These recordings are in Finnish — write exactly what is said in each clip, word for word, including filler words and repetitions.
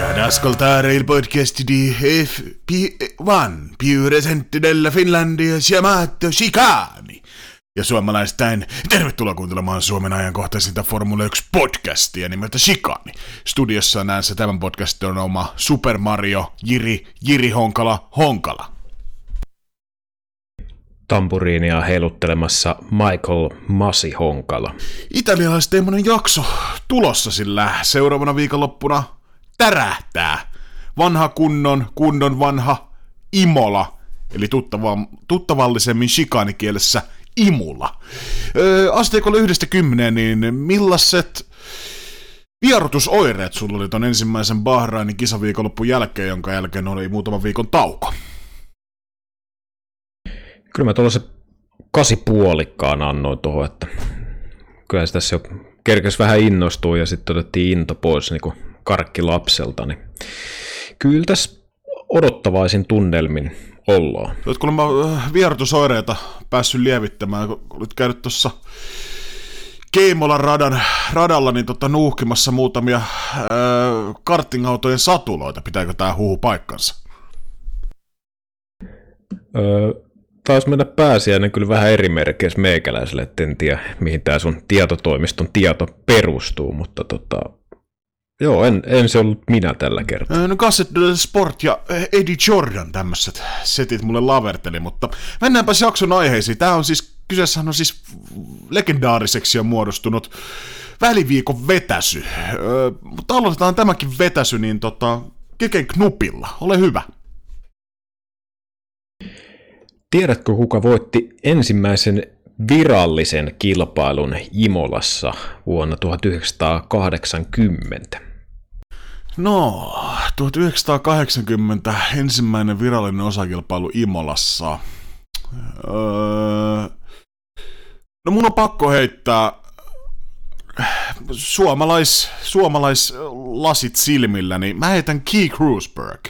ad ascoltare il podcast di F P uno, più recente della Finlandia, chiamato Chicani. Ja suomalaistain, tervetuloa kuuntelemaan Suomen ajankohtaisinta Formula yksi podcastia nimeltä Chicani. Studiossa näissä tämän podcastin on oma Super Mario, Jiri, Jiri Honkala, Honkala. Tampuriinia heiluttelemassa Michael Masi Honkala. Italialaisteemainen jakso tulossa, sillä seuraavana viikonloppuna tärähtää vanha kunnon, kunnon vanha Imola, eli tuttava, tuttavallisemmin shikanikielessä Imula. Öö, asteikolla yhdestä kymmeneen, niin millaiset vierotusoireet sulla oli ton ensimmäisen Bahrainin kisaviikonloppun jälkeen, jonka jälkeen oli muutaman viikon tauko? Kyllä mä tuollaisen kasipuolikkaan annoin tuohon, että kyllä se tässä jo kerkesi vähän innostua ja sitten otettiin into pois niin kuin karkki lapselta, niin kyllä tässä odottavaisin tunnelmin ollaan. Olet kuulemma vierotusoireita päässyt lievittämään, kun olit käynyt tuossa Keimolan radan, radalla niin tota, nuuhkimassa muutamia ää, kartingautojen satuloita. Pitääkö tää huhu paikkansa? Öö, taisi mennä pääsiäinen kyllä vähän eri merkeissä meikäläiselle, et en tiedä mihin tää sun tietotoimiston tieto perustuu, mutta tota, joo, en, en se ollut minä tällä kertaa. No Gasset de Sport ja Eddie Jordan tämmöiset setit mulle laverteli, mutta mennäänpäs jakson aiheisiin. Tää on siis, kyseessähän on siis legendaariseksi on muodostunut väliviikon vetäsy. Öö, mutta aloitetaan tämäkin vetäsy niin tota, Keken Knupilla. Ole hyvä. Tiedätkö, kuka voitti ensimmäisen virallisen kilpailun Imolassa vuonna tuhatyhdeksänsataakahdeksankymmentä? No, tuhatyhdeksänsataakahdeksankymmentä ensimmäinen virallinen osakilpailu Imolassa. Öö, no mun on pakko heittää suomalais, suomalaislasit silmillä, niin mä heitän Keith Roosberg.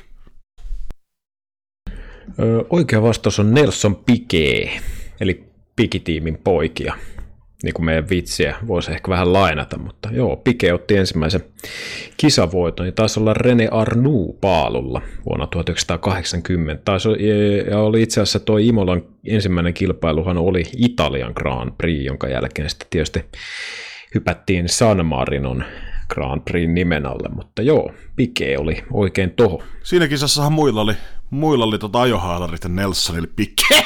Öö, oikea vastaus on Nelson Piquet, eli Pikitiimin poikia. Niin kuin meidän vitsiä voisi ehkä vähän lainata, mutta joo, Piquet otti ensimmäisen kisavoiton, niin taisi olla René Arnoux paalulla vuonna tuhatyhdeksänsataakahdeksankymmentä. Taisi, ja oli itse asiassa tuo Imolan ensimmäinen kilpailuhan oli Italian Grand Prix, jonka jälkeen sitten tietysti hypättiin San Marinon Grand Prix nimen alle, mutta joo, Piquet oli oikein toho. Siinä kisassahan muilla oli, muilla oli tota ajohaalarit ja Nelson, eli Piquet.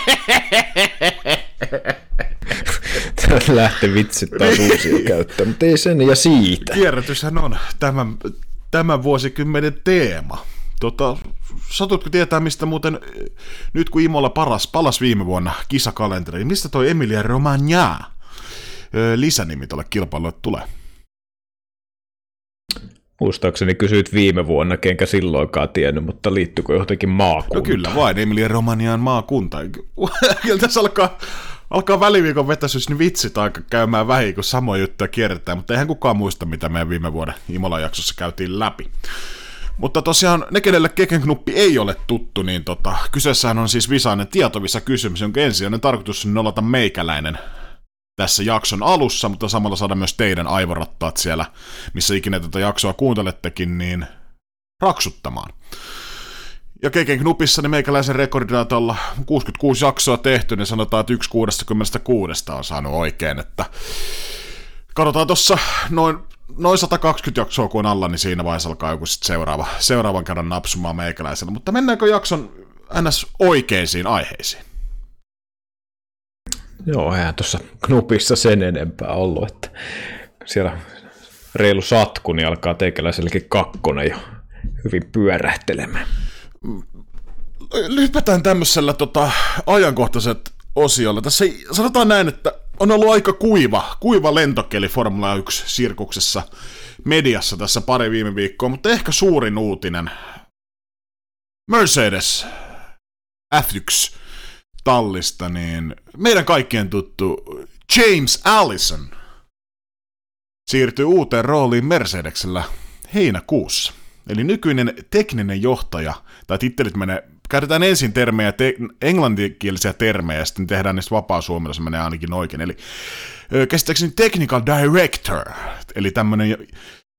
Lähti vitsit taas uusia käyttöön, mutta ei sen ja siitä. Kierrätyshän on tämän, tämän vuosikymmenen teema. Tota, satutko tietää, mistä muuten, nyt kun Imola paras, palas viime vuonna kisakalenteri, niin mistä toi Emilia Romagna lisänimi tuolle kilpailulle tulee? Muistaakseni kysyit viime vuonna, kenkä silloinkaan tiennyt, mutta liittyykö johonkin maakuntaan? No kyllä vain, Emilia Romagnan maakunta. Kyllä tässä alkaa, alkaa väliviikon vetäisyys, niin vitsit aika käymään vähin, kun samoja juttuja kierretään, mutta eihän kukaan muista, mitä meidän viime vuoden Imolan jaksossa käytiin läpi. Mutta tosiaan, ne kenelle Keken Knuppi ei ole tuttu, niin tota, kyseessähän on siis visainen tietovisa kysymys, jonka ensisijainen tarkoitus on nollata meikäläinen tässä jakson alussa, mutta samalla saada myös teidän aivorattaat siellä, missä ikinä tätä jaksoa kuuntelettekin, niin raksuttamaan. Ja Keken Knupissa niin meikäläisen rekordina olla kuusikymmentäkuusi jaksoa tehty, niin sanotaan, että yksi kuusikymmentäkuusi on saanut oikein, että katsotaan tuossa noin, noin sata kaksikymmentä jaksoa kun on alla, niin siinä vaiheessa alkaa joku sitten seuraava, seuraavan kerran napsumaan meikäläisellä, mutta mennäänkö jakson ns. Oikeisiin aiheisiin? Joo, eihän tuossa Knupissa sen enempää ollut, että siellä reilu satku, niin alkaa teikäläisellekin kakkonen jo hyvin pyörähtelemään. Lypätään tämmöisellä tota, ajankohtaiset osiolla. Tässä sanotaan näin, että on ollut aika kuiva, kuiva lentokeli Formula yksi-sirkuksessa mediassa tässä pari viime viikkoa, mutta ehkä suurin uutinen. Mercedes F yksi tallista, niin meidän kaikkien tuttu James Allison siirtyy uuteen rooliin Mercedeksellä heinäkuussa. Eli nykyinen tekninen johtaja, tai tittelit menee, käytetään ensin termejä, te, englanninkielisiä termejä, ja sitten tehdään niistä vapaa-suomella, se menee ainakin oikein. Eli käsittääkseni technical director, eli tämmöinen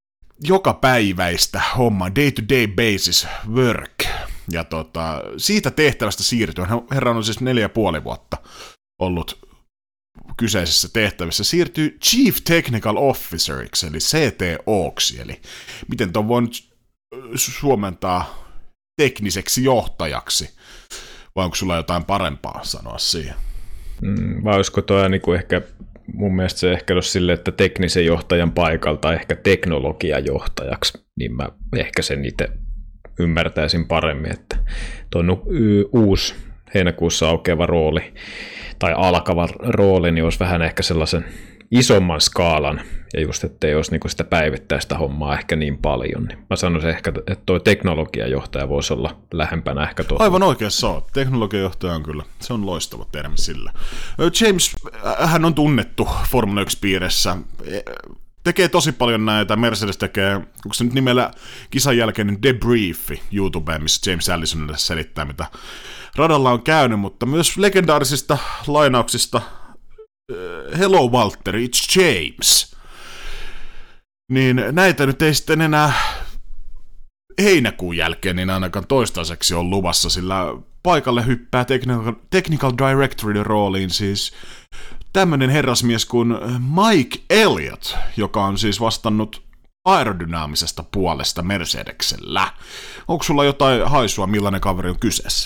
joka päiväistä hommaa, day to day basis work. Ja tota, siitä tehtävästä siirtyen, herra on siis neljä ja puoli vuotta ollut kyseisessä tehtävässä, siirtyy Chief Technical Officeriksi, eli C T O:ksi, eli miten tuon voi nyt suomentaa tekniseksi johtajaksi, vai onko sulla jotain parempaa sanoa siihen? Mm, vai olisiko toi niin kuin ehkä, mun mielestä se ehkä olisi silleen, että teknisen johtajan paikalta ehkä teknologiajohtajaksi, niin mä ehkä sen itse ymmärtäisin paremmin, että tuo on uusi heinäkuussa aukeava rooli, tai alkava rooli, niin olisi vähän ehkä sellaisen isomman skaalan, ja just ettei olisi niinku sitä päivittäistä hommaa ehkä niin paljon. Niin mä sanoisin ehkä, että tuo teknologiajohtaja voisi olla lähempänä ehkä tuo. Aivan oikeassa olet. Teknologiajohtaja on kyllä, se on loistava termi sillä. James, hän on tunnettu Formula yksi-piirissä, tekee tosi paljon näitä, Mercedes tekee, onko se nyt nimellä kisan jälkeinen debriefi YouTubeen, missä James Allisonille selittää, mitä radalla on käynyt, mutta myös legendaarisista lainauksista Hello Walter, it's James. Niin näitä nyt ei sitten enää heinäkuun jälkeen niin ainakaan toistaiseksi on luvassa, sillä paikalle hyppää Technical, technical Directorin rooliin siis tämmöinen herrasmies kuin Mike Elliott, joka on siis vastannut aerodynaamisesta puolesta Mercedeksellä. Onko sulla jotain haisua, millainen kaveri on kyseessä?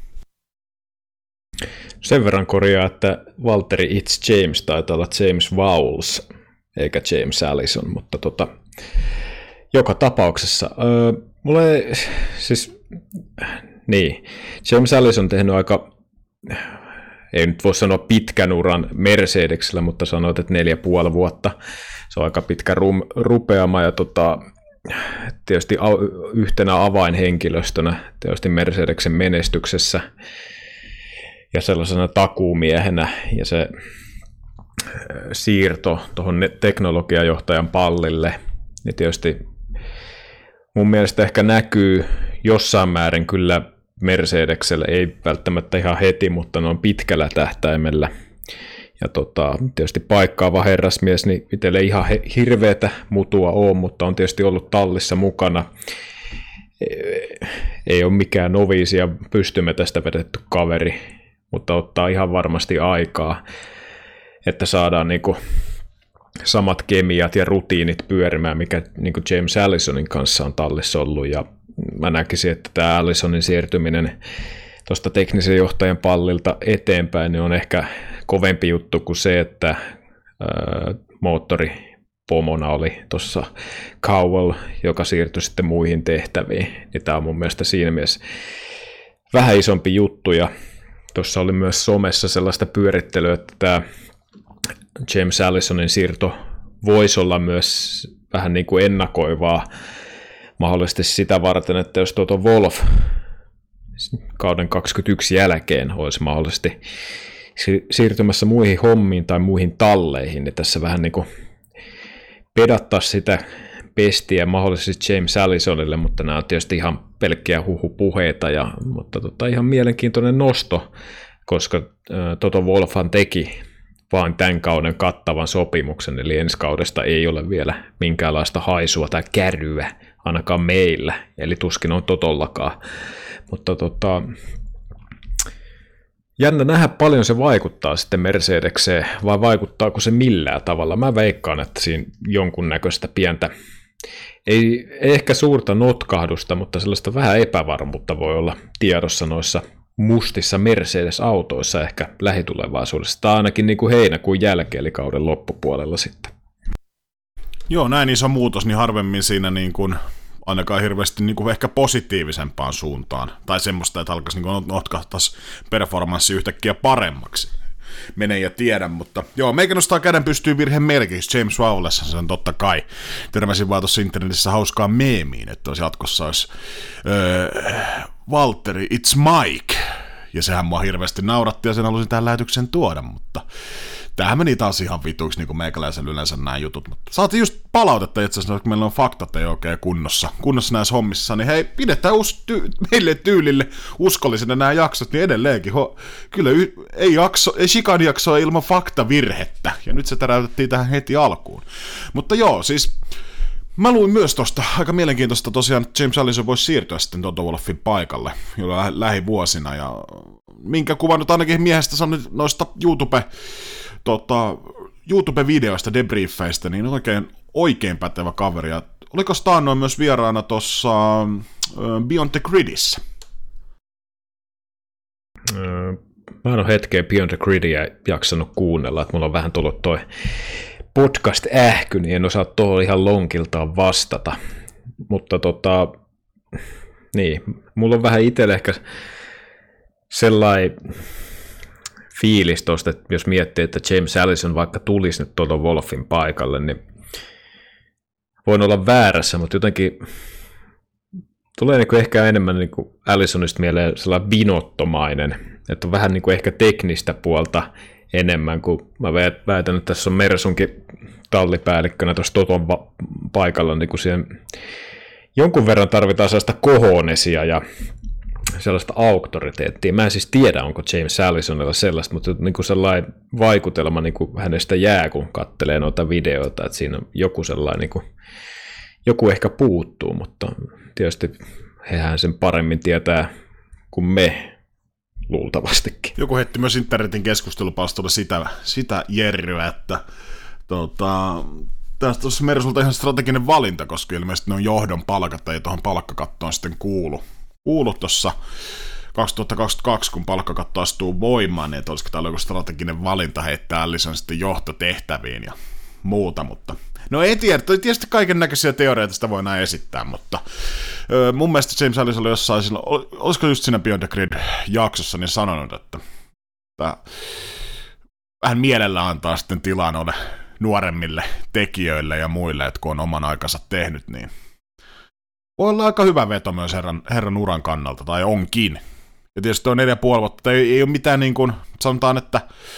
Sen verran korjaa, että Valtteri It's James taitaa olla James Vowles, eikä James Allison, mutta tota, joka tapauksessa. Öö, mulle ei, siis, niin, James Allison on tehnyt aika, ei nyt voi sanoa pitkän uran Mercedeksellä, mutta sanoit, että neljä puoli vuotta. Se on aika pitkä rum, rupeama ja tota, tietysti yhtenä avainhenkilöstönä tietysti Mercedeksen menestyksessä ja sellaisena takuumiehenä, ja se siirto tuohon teknologiajohtajan pallille, niin tietysti mun mielestä ehkä näkyy jossain määrin kyllä Mercedeksellä, ei välttämättä ihan heti, mutta noin pitkällä tähtäimellä. Ja tota, tietysti paikkaava herrasmies, niin itselle ei ihan hirveätä mutua ole, mutta on tietysti ollut tallissa mukana. Ei ole mikään noviisi ja pystymme tästä vedetty kaveri, mutta ottaa ihan varmasti aikaa, että saadaan niinku samat kemiat ja rutiinit pyörimään, mikä niinku James Allisonin kanssa on tallissa ollut. Ja mä näkisin, että tämä Allisonin siirtyminen tuosta teknisen johtajan pallilta eteenpäin niin on ehkä kovempi juttu kuin se, että ää, moottoripomona oli tuossa Cowell, joka siirtyi sitten muihin tehtäviin. Niin tämä on mun mielestä siinä mielessä vähän isompi juttu, ja tuossa oli myös somessa sellaista pyörittelyä, että tämä James Allisonin siirto voisi olla myös vähän niin kuin ennakoivaa mahdollisesti sitä varten, että jos tuota Wolf kauden kaksikymmentäyksi jälkeen olisi mahdollisesti siirtymässä muihin hommiin tai muihin talleihin, niin tässä vähän niin kuin pedattaa sitä pestiä mahdollisesti James Allisonille, mutta nämä on tietysti ihan pelkkiä huhupuheita, ja, mutta tota, ihan mielenkiintoinen nosto, koska äh, Toto Wolffhan teki vain tämän kauden kattavan sopimuksen, eli ensi kaudesta ei ole vielä minkäänlaista haisua tai kärryä, ainakaan meillä, eli tuskin on Totollakaan. Mutta tota, jännä nähdä paljon se vaikuttaa sitten Mercedekseen, vai vaikuttaako se millään tavalla. Mä veikkaan, että siinä jonkunnäköistä pientä, ei, ei ehkä suurta notkahdusta, mutta sellaista vähän epävarmuutta voi olla tiedossa noissa mustissa Mercedes-autoissa ehkä lähitulevaisuudessa, tai ainakin niin kuin heinäkuun jälkeen, eli kauden loppupuolella sitten. Joo, näin iso muutos, niin harvemmin siinä niin kuin, ainakaan hirveästi niin kuin ehkä positiivisempaan suuntaan, tai semmoista, että alkaisi niin kuin notkahtaisi performanssi yhtäkkiä paremmaksi. Mene ja tiedä, mutta joo, meikä nostaa käden pystyy virheen merkiksi, James Vowlessa se on totta kai. Törmäsin vaan tuossa internetissä hauskaa meemiin, että olisi jatkossa olisi öö, Valtteri, it's Mike, ja sehän mua hirveästi nauratti, ja sen halusin tähän lähetyksen tuoda, mutta tämähän meni taas ihan vituiksi, niin kuin meikäläisen yleensä nämä jutut, mutta saatiin just palautetta itse asiassa, että meillä on faktat ei oikein kunnossa, kunnossa näissä hommissa, niin hei, pidetään us, ty, meille tyylille uskollisena nämä jaksot, niin edelleenkin, ho, kyllä y, ei, jakso, ei Chican jaksoa ilman faktavirhettä, ja nyt se täräytettiin tähän heti alkuun. Mutta joo, siis Mä luin myös tosta, aika mielenkiintoista tosiaan, että James Allison voisi siirtyä sitten Toto Wolffin paikalle jo lä- lähivuosina, ja minkä kuvan nyt ainakin miehestä sanon noista YouTube, tota, YouTube-videoista, debriefeistä, niin oikein, oikein pätevä kaveri, ja oliko taannoin myös vieraana tuossa Beyond the Gridissä? Mä en ole hetkeä Beyond the Gridia jaksanut kuunnella, että mulla on vähän tullut toi podcast-ähky, niin en osaa tuohon ihan lonkiltaan vastata. Mutta tota, niin, mulla on vähän itselle ehkä sellainen fiilis tosta, että jos miettii, että James Allison vaikka tulisi nyt tuolta Wolffin paikalle, niin voin olla väärässä, mutta jotenkin tulee niin kuin ehkä enemmän niin kuin Allisonista mieleen sellainen binottomainen, että on vähän niin kuin ehkä teknistä puolta enemmän, kuin mä väitän, että tässä on Mersunkin tallipäällikkönä tuossa Toton va- paikalla, niin kuin siihen jonkun verran tarvitaan sellaista kohonesia ja sellaista auktoriteettia. Mä en siis tiedä, onko James Allisonilla sellaista, mutta niin kuin sellainen vaikutelma niin kuin hänestä jää, kun katselee noita videoita, että siinä on joku sellainen, niin kuin, joku ehkä puuttuu, mutta tietysti hehän sen paremmin tietää kuin me luultavastikin. Joku heitti myös internetin keskustelupalstolla sitä, sitä jerryä, että tota, tästä tuossa Mersulta ihan strateginen valinta, koska ilmeisesti ne on johdon palkat, ei tuohon palkkakattoon sitten kuulu. Kuulu tuossa kaksituhattakaksikymmentäkaksi, kun palkkakatto astuu voimaan, niin että olisiko täällä joku strateginen valinta heittää Allison sitten johtotehtäviin ja muuta, mutta no ei tiedä, tietysti kaiken näköisiä teorioita sitä voi näin esittää, mutta ö, mun mielestä James Allison oli jossain silloin, olisiko just siinä Beyond the Grid-jaksossa niin sanonut, että, että vähän mielellä antaa sitten tilaa noille nuoremmille tekijöille ja muille, että kun on oman aikansa tehnyt, niin voi olla aika hyvä veto myös herran, herran uran kannalta, tai onkin. Ja tietysti on neljä ja puoli vuotta, ei, ei ole mitään niin kuin, sanotaan, että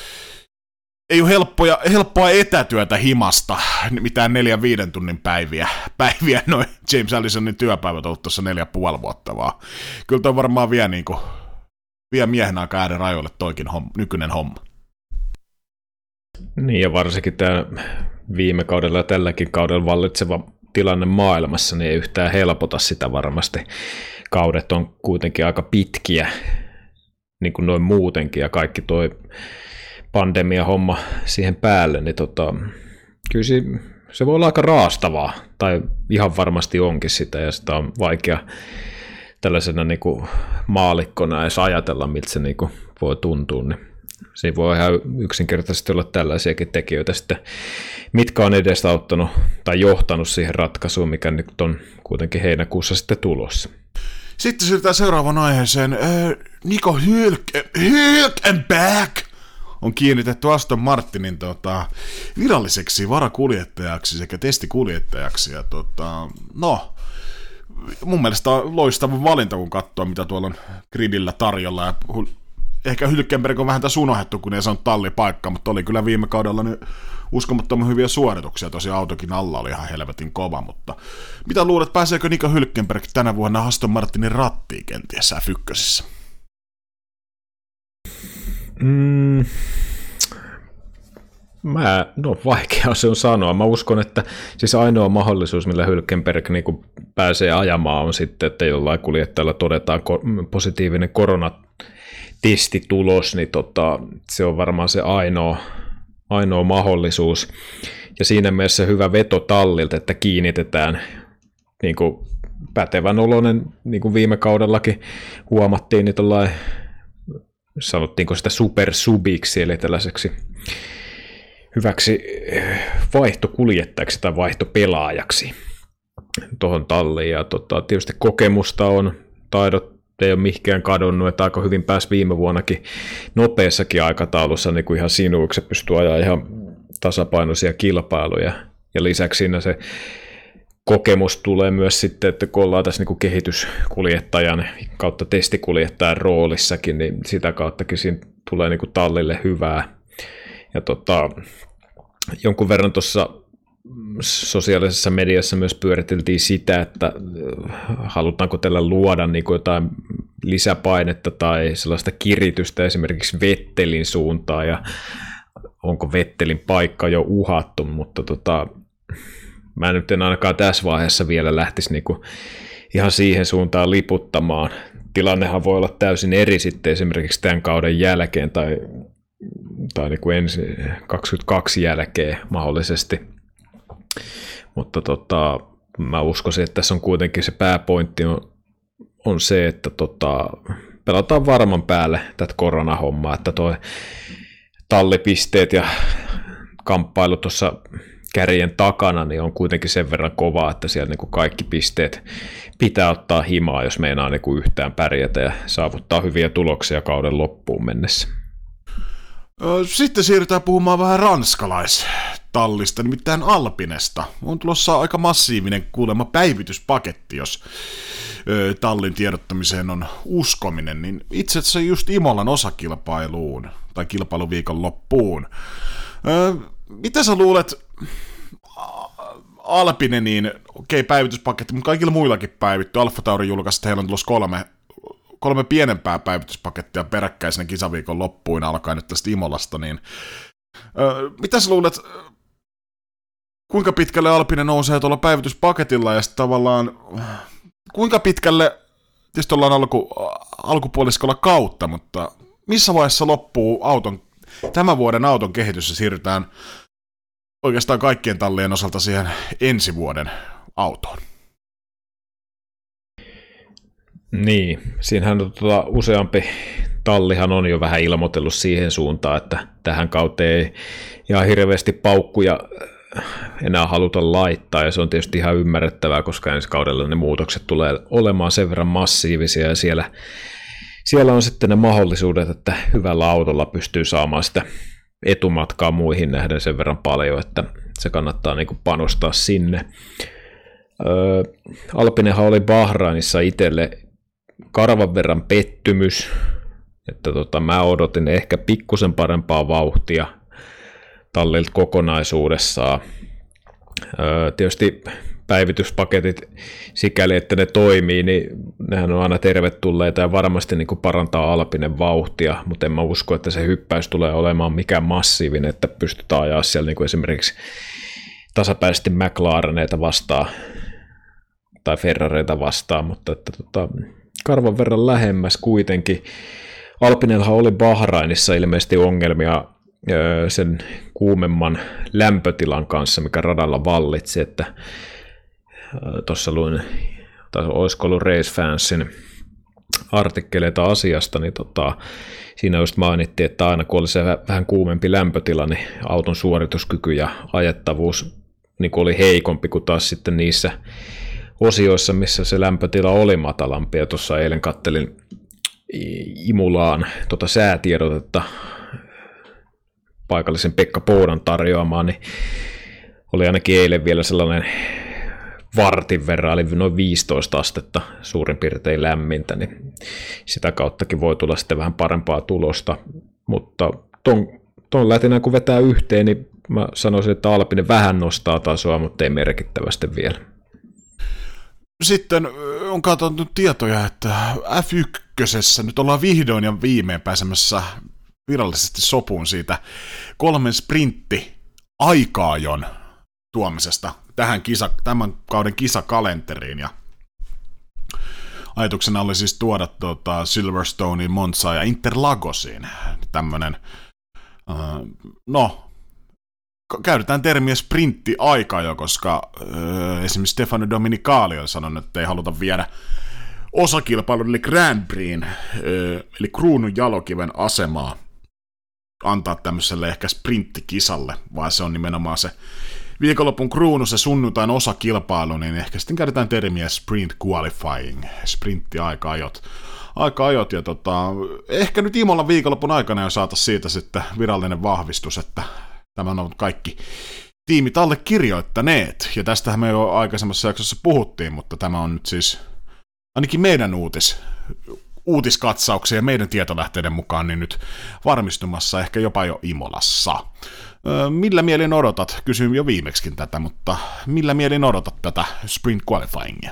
ei ole helppoja, helppoa etätyötä himasta, mitään neljän viiden tunnin päiviä, päiviä noin James Allisonin työpäivät on ollut tuossa neljä ja puoli vuotta vaan. Kyllä toi varmaan vie, niin kuin, vie miehen aika äären rajoille toikin homma, nykyinen homma. Niin ja varsinkin tämä viime kaudella ja tälläkin kaudella vallitseva tilanne maailmassa, niin ei yhtään helpota sitä varmasti. Kaudet on kuitenkin aika pitkiä, niin kuin noin muutenkin, ja kaikki toi pandemia-homma siihen päälle, niin tota, kyllä se, se voi olla aika raastavaa, tai ihan varmasti onkin sitä, ja sitä on vaikea tällaisena niin kuin maalikkona edes ajatella, miltä se niin kuin voi tuntua, niin siinä voi ihan yksinkertaisesti olla tällaisiakin tekijöitä sitten, mitkä on edesauttanut tai johtanut siihen ratkaisuun, mikä nyt on kuitenkin heinäkuussa sitten tulossa. Sitten siirrytään seuraavaan aiheeseen. Äh, Nico Hülk- Hülkenberg on kiinnitetty Aston Martinin tota, viralliseksi varakuljettajaksi sekä testikuljettajaksi. Ja, tota, no, mun mielestä on loistava valinta, kun katsoo, mitä tuolla on gridillä tarjolla. Ja ehkä Hülkenberg on vähän tässä unohdettu, kun ei saanut tallipaikkaa, mutta oli kyllä viime kaudella niin uskomattoman hyviä suorituksia. Tosi autokin alla oli ihan helvetin kova, mutta mitä luulet, pääseekö Nico Hülkenberg tänä vuonna Aston Martinin rattiin kenties F yksi? Mm, mä, no vaikea se on sanoa. Mä uskon, että siis ainoa mahdollisuus, millä Hülkenberg niin kuin pääsee ajamaan, on sitten, että jollain kuljettajalla todetaan ko- positiivinen koronatestitulos, niin tota, se on varmaan se ainoa, ainoa mahdollisuus. Ja siinä mielessä hyvä veto tallilta, että kiinnitetään niin kuin pätevän oloinen, niin kuin viime kaudellakin huomattiin, niin tollain, sanottiinko sitä supersubiksi, eli tällaiseksi hyväksi vaihtokuljettajaksi tai vaihtopelaajaksi tuohon talliin. Ja tota, tietysti kokemusta on, taidot ei ole mihinkään kadonnut, että aika hyvin pääsi viime vuonnakin nopeassakin aikataulussa niin kuin ihan sinuiksi, pystyy ajaa ihan tasapainoisia kilpailuja. Ja lisäksi siinä se kokemus tulee myös sitten, että kun ollaan tässä niin kuin kehityskuljettajan kautta testikuljettajan roolissakin, niin sitä kauttakin siinä tulee niin kuin tallille hyvää. Ja tota, jonkun verran tuossa sosiaalisessa mediassa myös pyöriteltiin sitä, että halutaanko tällä luoda niin kuin jotain lisäpainetta tai sellaista kiritystä esimerkiksi Vettelin suuntaan, ja onko Vettelin paikka jo uhattu, mutta tota, mä nyt en ainakaan tässä vaiheessa vielä lähtisi niinku ihan siihen suuntaan liputtamaan. Tilannehan voi olla täysin eri sitten esimerkiksi tämän kauden jälkeen tai, tai niinku ensi kaksikymmentäkaksi jälkeen mahdollisesti. Mutta tota, mä uskoisin, että tässä on kuitenkin se pääpointti on, on se, että tota, pelataan varman päälle tätä koronahommaa, että toi tallipisteet ja kamppailu tuossa kärjen takana niin on kuitenkin sen verran kova, että siellä niin kuin kaikki pisteet pitää ottaa himaa, jos meinaa niin kuin yhtään pärjätä ja saavuttaa hyviä tuloksia kauden loppuun mennessä. Sitten siirrytään puhumaan vähän ranskalaistallista, nimittäin Alpinesta. On tulossa aika massiivinen kuulemma päivityspaketti, jos tallin tiedottamiseen on uskominen, niin itse asiassa just Imolan osakilpailuun tai kilpailuviikon loppuun. Mitä sä luulet, Alpine, niin okei, okay, päivityspaketti, mutta kaikilla muillakin päivitty. Alfa Tauri julkaisi, että heillä on tulossa kolme, kolme pienempää päivityspakettia peräkkäisenä kisaviikon loppuun alkaen nyt tästä Imolasta, niin ö, mitä sä luulet, kuinka pitkälle Alpine nousee tuolla päivityspaketilla ja sitten tavallaan, kuinka pitkälle, tietysti ollaan alku, alkupuoliskolla kautta, mutta missä vaiheessa loppuu auton, tämän vuoden auton kehitys ja siirrytään oikeastaan kaikkien tallien osalta siihen ensi vuoden autoon? Niin, siinähän on tuota, useampi tallihan on jo vähän ilmoitellut siihen suuntaan, että tähän kauteen ei ihan hirveästi paukkuja enää haluta laittaa, ja se on tietysti ihan ymmärrettävää, koska ensi kaudella ne muutokset tulee olemaan sen verran massiivisia, ja siellä, siellä on sitten ne mahdollisuudet, että hyvällä autolla pystyy saamaan sitä etumatkaa muihin nähden sen verran paljon, että se kannattaa niin kuin panostaa sinne. Öö, Alpinenhan oli Bahrainissa itselle karvan verran pettymys, että tota, mä odotin ehkä pikkusen parempaa vauhtia tallilta kokonaisuudessaan. Öö, tietysti päivityspaketit sikäli, että ne toimii, niin nehän on aina tervetulleita ja varmasti niin kuin parantaa Alpinen vauhtia, mutta en mä usko, että se hyppäys tulee olemaan mikään massiivinen, että pystytään ajaa siellä niin kuin esimerkiksi tasapäisesti McLareneita vastaan tai Ferrareita vastaan, mutta että tota, karvan verran lähemmäs kuitenkin. Alpinellahan oli Bahrainissa ilmeisesti ongelmia öö, sen kuumemman lämpötilan kanssa, mikä radalla vallitsi, että öö, tuossa luin, tai olisiko ollut Race Fansin artikkeleita asiasta, niin tota, siinä just mainittiin, että aina kun oli se vähän kuumempi lämpötila, niin auton suorituskyky ja ajettavuus niin oli heikompi kuin taas sitten niissä osioissa, missä se lämpötila oli matalampi. Ja tuossa eilen kattelin Imulaan tuota säätiedotetta paikallisen Pekka Poudan tarjoamaan, niin oli ainakin eilen vielä sellainen vartin verran, eli noin viisitoista astetta suurin piirtein lämmintä, niin sitä kauttakin voi tulla sitten vähän parempaa tulosta, mutta ton, ton lätinä kun vetää yhteen, niin mä sanoisin, että Alpine vähän nostaa tasoa, mutta ei merkittävästi vielä. Sitten on katsottu tietoja, että F yksi nyt ollaan vihdoin ja viimein pääsemässä virallisesti sopuun siitä kolmen sprintti aika-ajon tuomisesta tähän kisa, tämän kauden kisakalenteriin. Ja ajatuksena oli siis tuoda tuota Silverstonein, Monzaan ja Interlagosiin tämmöinen, uh, no, käytetään termiä sprintti-aika jo, koska uh, esimerkiksi Stefano Domenicali on sanonut, että ei haluta viedä osakilpailun eli Grand Prixin, uh, eli kruunun jalokiven asemaa antaa tämmöiselle ehkä sprinttikisalle, vaan se on nimenomaan se viikonlopun kruunu, se sunnuntain osakilpailu, niin ehkä sitten käytetään termiä sprint qualifying, sprintti-aika-ajot. Aika-ajot, ja tota, ehkä nyt Imolan viikonlopun aikana jo saataisiin siitä sitten virallinen vahvistus, että tämä on kaikki tiimit alle kirjoittaneet, ja tästähän me jo aikaisemmassa jaksossa puhuttiin, mutta tämä on nyt siis ainakin meidän uutis, uutiskatsauksia ja meidän tietolähteiden mukaan niin nyt varmistumassa ehkä jopa jo Imolassa. Millä mielin odotat, kysyin jo viimeksikin tätä, mutta millä mielin odotat tätä sprint qualifyingia?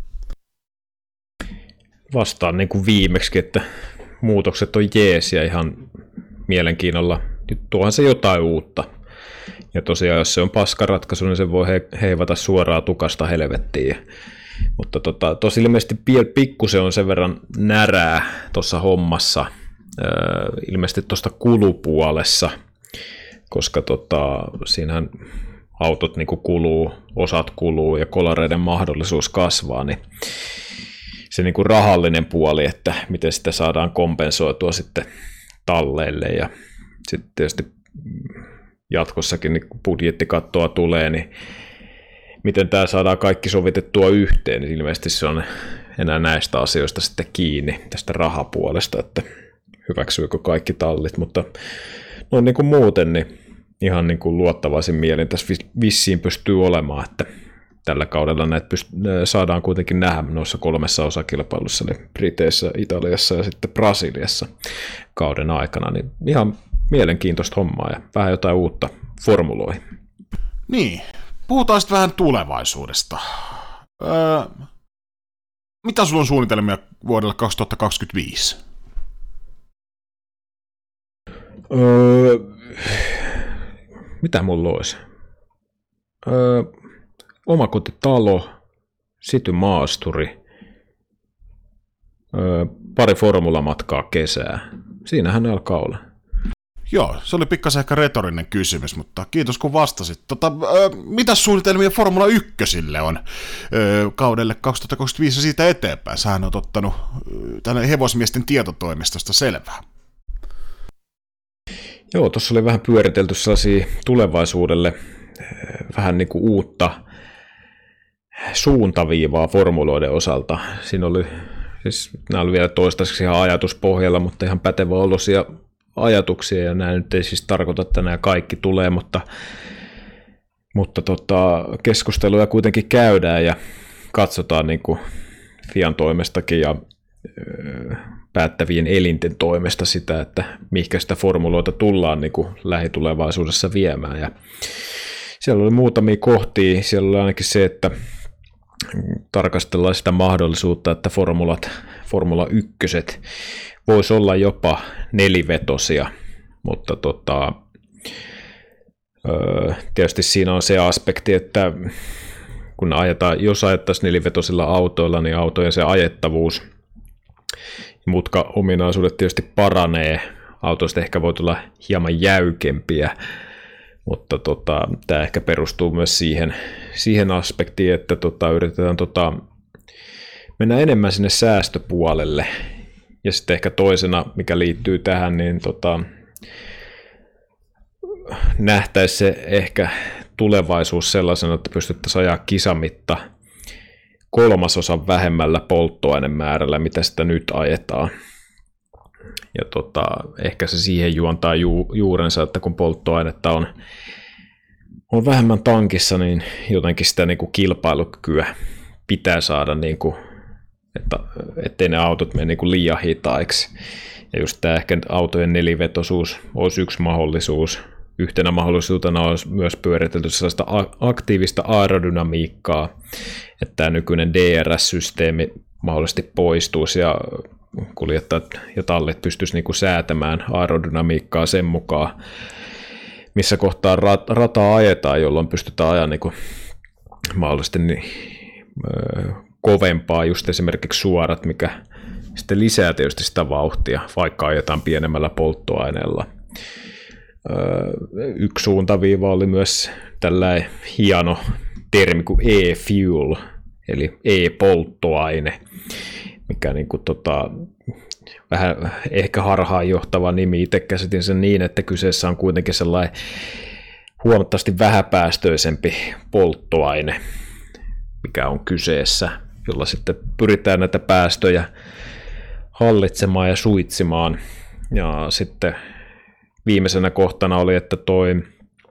Vastaan niin kuin viimeksi, että muutokset on jees ja ihan mielenkiinnolla. Nyt tuohan se jotain uutta. Ja tosiaan, jos se on paskaratkaisu, niin se voi he, heivata suoraan tukasta helvettiin. Mutta tota, tosi ilmeisesti pikkusen on sen verran närää tuossa hommassa, öö, ilmeisesti tuosta kulupuolessa, koska tota, siinähän autot niinku kuluu, osat kuluu ja kolareiden mahdollisuus kasvaa, niin se niinku rahallinen puoli, että miten sitä saadaan kompensoitua sitten talleille ja sitten tietysti jatkossakin niin kun budjettikattoa tulee, niin miten tämä saadaan kaikki sovitettua yhteen, niin ilmeisesti se on enää näistä asioista sitten kiinni tästä rahapuolesta, että hyväksyykö kaikki tallit, mutta no niin kuin muuten, niin ihan niin kuin luottavaisin mielin tässä vissiin pystyy olemaan, että tällä kaudella näitä pyst- saadaan kuitenkin nähdä noissa kolmessa osakilpailussa, eli Briteissä, Italiassa ja sitten Brasiliassa kauden aikana, niin ihan mielenkiintoista hommaa ja vähän jotain uutta formuloihin. Niin, puhutaan sitten vähän tulevaisuudesta. Öö, mitä sulla on suunnitelmia vuodelle kaksituhattakaksikymmentäviisi? Öö, mitä mulla olisi? Öö, omakotitalo, sitymaasturi, öö, pari formulamatkaa kesää. Siinähän ne alkaa olla. Joo, se oli pikkasen ehkä retorinen kysymys, mutta kiitos kun vastasit. Tota, ö, mitä suunnitelmia Formula ykkösille on ö, kaudelle kaksituhattakaksikymmentäviisi ja siitä eteenpäin? Sähän oot ottanut tänne hevosmiesten tietotoimistosta selvää. Joo, tuossa oli vähän pyöritelty sellaisia tulevaisuudelle vähän niin kuin uutta suuntaviivaa formuloiden osalta. Siinä oli, siis nämä oli vielä toistaiseksi ihan ajatuspohjalla, mutta ihan pätevä olosia ajatuksia, ja nämä nyt ei siis tarkoita, että nämä kaikki tulee, mutta, mutta tota, keskusteluja kuitenkin käydään ja katsotaan niin kuin Fian toimestakin ja ö, päättävien elinten toimesta sitä, että mihinkä sitä formuloita tullaan niin kuin lähitulevaisuudessa viemään. Ja siellä oli muutamia kohtia, siellä oli ainakin se, että tarkastellaan sitä mahdollisuutta, että formulat, Formula ykköset voisi olla jopa nelivetosia, mutta tota, öö, tietysti siinä on se aspekti, että kun ajetaan, jos ajettaisiin nelivetosilla autoilla, niin autojen se ajettavuus ja mutka-ominaisuudet tietysti paranee. Autoista ehkä voi tulla hieman jäykempiä, mutta tota, tämä ehkä perustuu myös siihen, siihen aspektiin, että tota, yritetään tota, mennä enemmän sinne säästöpuolelle. Ja sitten ehkä toisena, mikä liittyy tähän, niin tota, nähtäisi se ehkä tulevaisuus sellaisena, että pystyttäisiin ajaa kisamitta kolmasosan vähemmällä polttoainemäärällä, mitä sitä nyt ajetaan. Ja tota, ehkä se siihen juontaa ju, juurensa, että kun polttoainetta on, on vähemmän tankissa, niin jotenkin sitä niin kuin kilpailukykyä pitää saada, niin kuin, että, ettei ne autot mene niin kuin liian hitaiksi. Ja just tämä ehkä autojen nelivetosuus olisi yksi mahdollisuus. Yhtenä mahdollisuutena olisi myös pyöritelty sellaista aktiivista aerodynamiikkaa, että tämä nykyinen D R S-systeemi mahdollisesti poistuisi ja kuljettajat ja tallit pystyisivät niinku säätämään aerodynamiikkaa sen mukaan, missä kohtaa rataa ajetaan, jolloin pystytään ajamaan niinku mahdollisesti niin, öö, kovempaa, just esimerkiksi suorat, mikä sitten lisää tietysti sitä vauhtia, vaikka ajetaan pienemmällä polttoaineella. Öö, yksi suuntaviiva oli myös tällainen hieno termi kuin e-fuel, eli e-polttoaine, mikä niin kuin tota, vähän ehkä harhaanjohtava nimi. Itse käsitin sen niin, että kyseessä on kuitenkin sellainen huomattavasti vähäpäästöisempi polttoaine, mikä on kyseessä, jolla sitten pyritään näitä päästöjä hallitsemaan ja suitsimaan. Ja sitten viimeisenä kohtana oli, että toi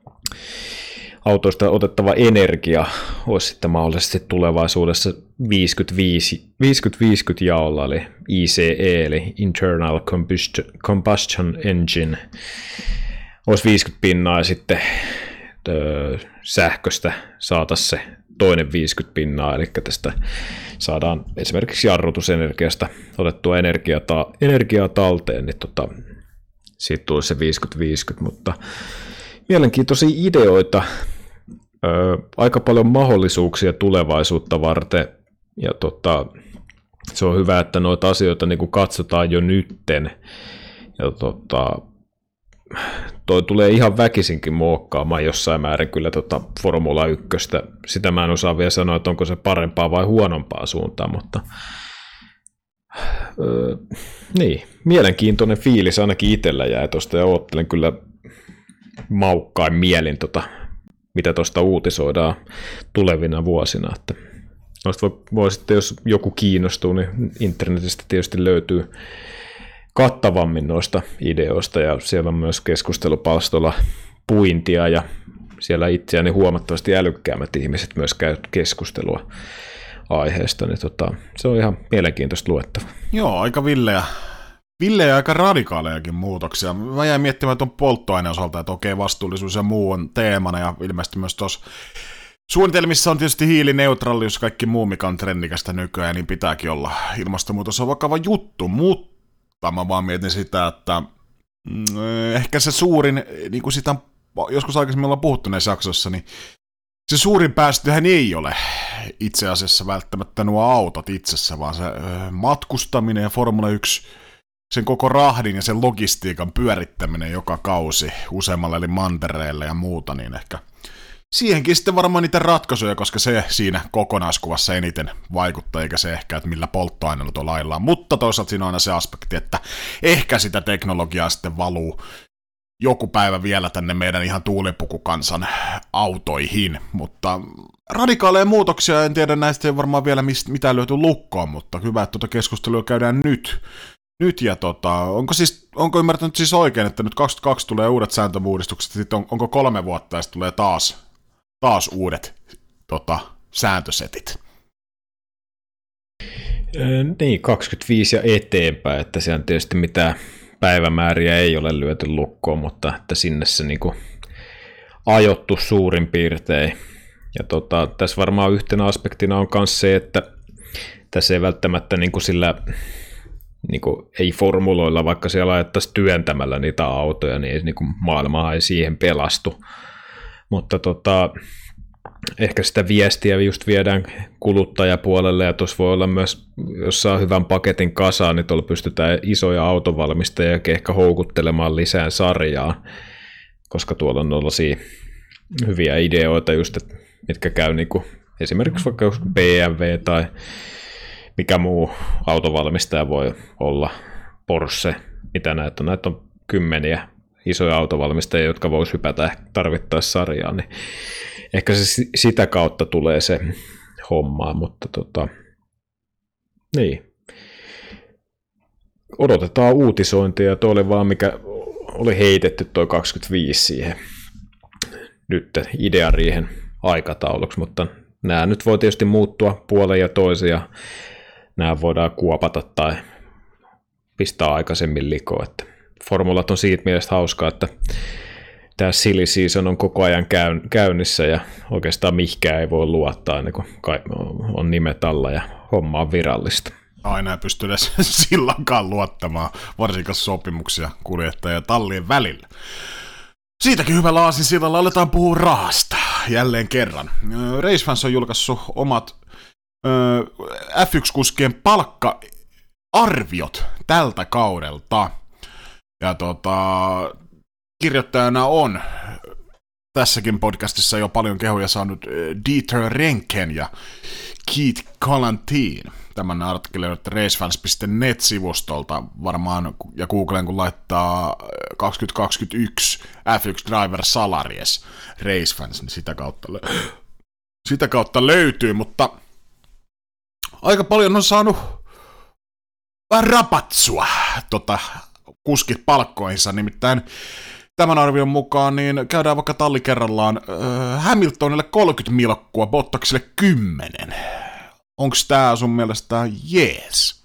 autoista otettava energia olisi sitten mahdollisesti tulevaisuudessa viisikymmentä viisikymmentä jaolla, eli I C E, eli Internal Combustion Engine, olisi viisikymmentä pinnaa ja sitten öö, sähköstä saataisiin se toinen viisikymmentä pinnaa, eli tästä saadaan esimerkiksi jarrutusenergiasta otettua energiaa, energiaa talteen, niin tota, siitä tulisi se viisikymmentä viisikymmentä, mutta mielenkiintoisia ideoita, ö, aika paljon mahdollisuuksia tulevaisuutta varten, ja tota, se on hyvä, että noita asioita niin kuin katsotaan jo nytten, ja tota, toi tulee ihan väkisinkin muokkaamaan jossain määrin kyllä tota Formula yksi. Sitä mä en osaa vielä sanoa, että onko se parempaa vai huonompaa suuntaan, mutta öö, niin, mielenkiintoinen fiilis ainakin itsellä jäi tuosta ja oottelen kyllä maukkain mielin, tota, mitä tuosta uutisoidaan tulevina vuosina. Että voi, voi sitten, jos joku kiinnostuu, niin internetistä tietysti löytyy kattavammin noista ideoista, ja siellä on myös keskustelupalstolla puintia, ja siellä itseäni huomattavasti älykkäämmät ihmiset myös käy keskustelua aiheesta, niin tota, se on ihan mielenkiintoista luettavaa. Joo, aika villejä, villejä aika radikaalejakin muutoksia. Mä jäin miettimään tuon polttoaineen osalta, että okei, vastuullisuus ja muu on teemana, ja ilmeisesti myös tuossa suunnitelmissa on tietysti hiilineutraalius, kaikki muu, mikä on trendikästä nykyään, niin pitääkin olla. Ilmastonmuutos on vakava juttu, mutta mä vaan mietin sitä, että mm, ehkä se suurin, niin kuin sitä joskus aikaisemmin ollaan puhuttu näissä jaksoissa, niin se suurin päästöhän ei ole itse asiassa välttämättä nuo autot itsessä, vaan se matkustaminen ja Formula yksi, sen koko rahdin ja sen logistiikan pyörittäminen joka kausi useammalle eli mantereelle ja muuta, niin ehkä siihenkin sitten varmaan niitä ratkaisuja, koska se siinä kokonaiskuvassa eniten vaikuttaa, eikä se ehkä, että millä polttoaineella tuolla laillaan. Mutta toisaalta siinä on aina se aspekti, että ehkä sitä teknologiaa sitten valuu joku päivä vielä tänne meidän ihan tuulipukukansan autoihin. Mutta radikaaleja muutoksia, en tiedä näistä ei varmaan vielä mitään löyty lukkoon, mutta hyvä, että tuota keskustelua käydään nyt. Nyt ja tota, onko, siis, onko ymmärtänyt siis oikein, että nyt kaksikymmentäkaksi tulee uudet sääntöuudistukset, sitten on, onko kolme vuotta ja sitten tulee taas taas uudet tota, sääntösetit? Niin, kaksikymmentäviisi ja eteenpäin, että siellä tietysti mitään päivämääriä ei ole lyöty lukkoon, mutta että sinne se niin kuin ajoittu suurin piirtein. Ja tota, tässä varmaan yhtenä aspektina on myös se, että tässä ei välttämättä niin kuin sillä, niin kuin, ei formuloilla, vaikka siellä ajettaisiin työntämällä niitä autoja, niin, ei, niin kuin maailma ei siihen pelastu. Mutta tota, ehkä sitä viestiä just viedään kuluttajapuolelle, ja tuossa voi olla myös, jos saa hyvän paketin kasaan, niin tuolla pystytään isoja autovalmistajia ehkä houkuttelemaan lisää sarjaa, koska tuolla on tuollaisia hyviä ideoita just, että mitkä käy niin kuin, esimerkiksi vaikka B M W tai mikä muu autovalmistaja voi olla, Porsche, mitä näitä on, näitä on kymmeniä isoja autovalmistajia, jotka vois hypätä tarvittaessa sarjaan, niin ehkä se sitä kautta tulee se homma, mutta tota, niin. Odotetaan uutisointia, tuo oli vaan mikä oli heitetty tuo kaksikymmentäviisi siihen nyt ideariihen aikatauluksi, mutta nämä nyt voi tietysti muuttua puoleen ja toisen, ja nämä voidaan kuopata tai pistää aikaisemmin likoon, että formulat on siitä mielestä hauskaa, että tämä silly season on koko ajan käynnissä ja oikeastaan mihinkään ei voi luottaa ennen kuin on nimet alla ja homma on virallista. Aina ei pysty edes sillankaan luottamaan, varsinkaan sopimuksia kuljettajien ja tallien välillä. Siitäkin hyvällä aasinsillalla aletaan puhua rahasta jälleen kerran. Racefans on julkaissut omat F yksi -kuskien palkka-arviot tältä kaudelta. Ja tota, kirjoittajana on tässäkin podcastissa jo paljon kehuja saanut Dieter Renken ja Keith Collantin. Tämän artikkelin racefans piste net-sivustolta varmaan, ja Googleen kun laittaa kaksituhattakaksikymmentäyksi F yksi Driver Salaries Racefans, niin sitä kautta, lö- sitä kautta löytyy, mutta aika paljon on saanut vähän rapatsua tota, kuskit palkkoihinsa, nimittäin tämän arvion mukaan niin käydään vaikka talli kerrallaan äh, Hamiltonille kolmekymmentä milkkua, Bottakselle kymmenen. Onko tää sun mielestä jees?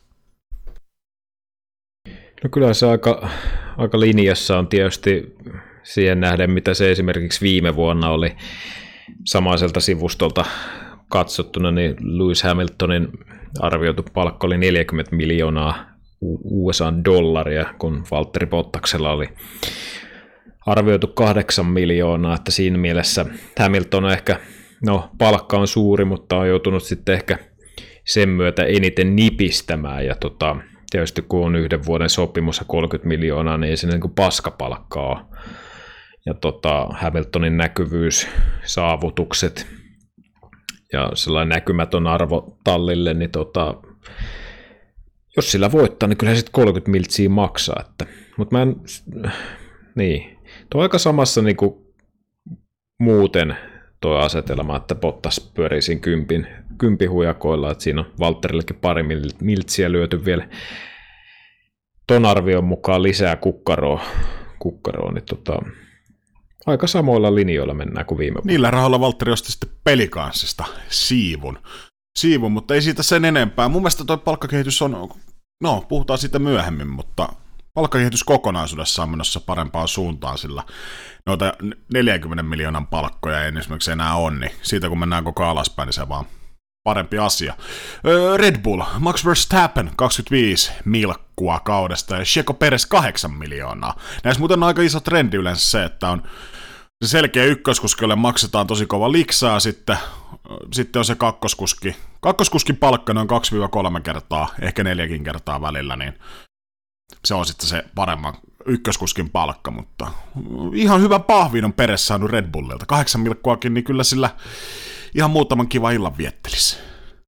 No kyllä se aika, aika linjassa on tietysti siihen nähden, mitä se esimerkiksi viime vuonna oli samaiselta sivustolta katsottuna, niin Lewis Hamiltonin arvioitu palkka oli neljäkymmentä miljoonaa U S A-dollaria, kun Valtteri Bottaksella oli arvioitu kahdeksan miljoonaa, että siinä mielessä Hamilton on ehkä, no palkka on suuri, mutta on joutunut sitten ehkä sen myötä eniten nipistämään, ja tota, tietysti kun on yhden vuoden sopimus ja kolmekymmentä miljoonaa, niin ei se niin kuin paskapalkkaa ole. Ja tota, Hamiltonin näkyvyys, saavutukset ja sellainen näkymätön arvo tallille, niin tota, jos sillä voittaa, niin kyllä sitten kolmekymmentä miltsiä maksaa. Että, mutta mä en, niin, tuo aika samassa niin kuin muuten tuo asetelma, että Bottas pyörii siinä kympin, kympin hujakoilla, että siinä on Valtterillekin pari miltsiä lyöty vielä ton arvion mukaan lisää kukkaroa, kukkaroa niin tota, aika samoilla linjoilla mennään kuin viime vuonna. Niillä rahoilla Valtteri osti sitten Pelikanssista siivun. siivun, mutta ei siitä sen enempää. Mun mielestä toi palkkakehitys on, no puhutaan siitä myöhemmin, mutta palkkakehitys kokonaisuudessaan on menossa parempaan suuntaan, sillä noita neljäkymmentä miljoonan palkkoja ei esimerkiksi enää ole, niin siitä kun mennään koko alaspäin, niin se vaan parempi asia. Red Bull, Max Verstappen kaksikymmentäviisi milkkua kaudesta ja Checo Perez kahdeksan miljoonaa. Näissä muuten on aika iso trendi yleensä se, että on se selkeä ykköskuskille maksetaan tosi kova liksaa, sitten, sitten on se kakkoskuski. Kakkoskuskin palkka noin kaksi kolme kertaa, ehkä neljäkin kertaa välillä, niin se on sitten se paremman ykköskuskin palkka, mutta ihan hyvän pahviin on Perez saanut Red Bullilta. Kahdeksan milkkuakin, niin kyllä sillä ihan muutaman kiva illan viettelisi.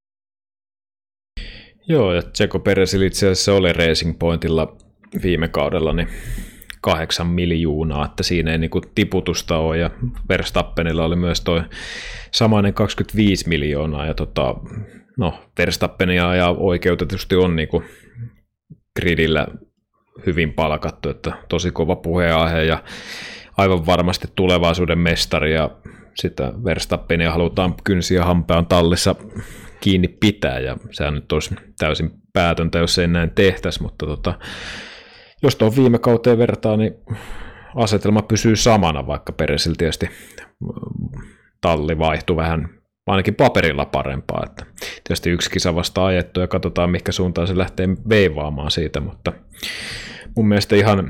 Joo, ja Checo Perezillä itse asiassa oli Racing Pointilla viime kaudella niin kahdeksan miljoonaa, että siinä ei niinku tiputusta ole, ja Verstappenilla oli myös toi samainen kaksikymmentäviisi miljoonaa, ja tota, no, Verstappenia ja oikeutetusti on niinku gridillä hyvin palkattu, että tosi kova puheenaihe, ja aivan varmasti tulevaisuuden mestari, ja sitä Verstappenia halutaan kynsiä hampaan tallissa kiinni pitää, ja sehän nyt olisi täysin päätöntä, jos ei näin tehtäisi, mutta tota, jos tuon viime kauteen vertaa, niin asetelma pysyy samana, vaikka Perezillä tietysti talli vaihtui vähän, ainakin paperilla parempaa, että tietysti yksi kisa vasta ajettu, ja katsotaan, mihinkä suuntaan se lähtee veivaamaan siitä, mutta mun mielestä ihan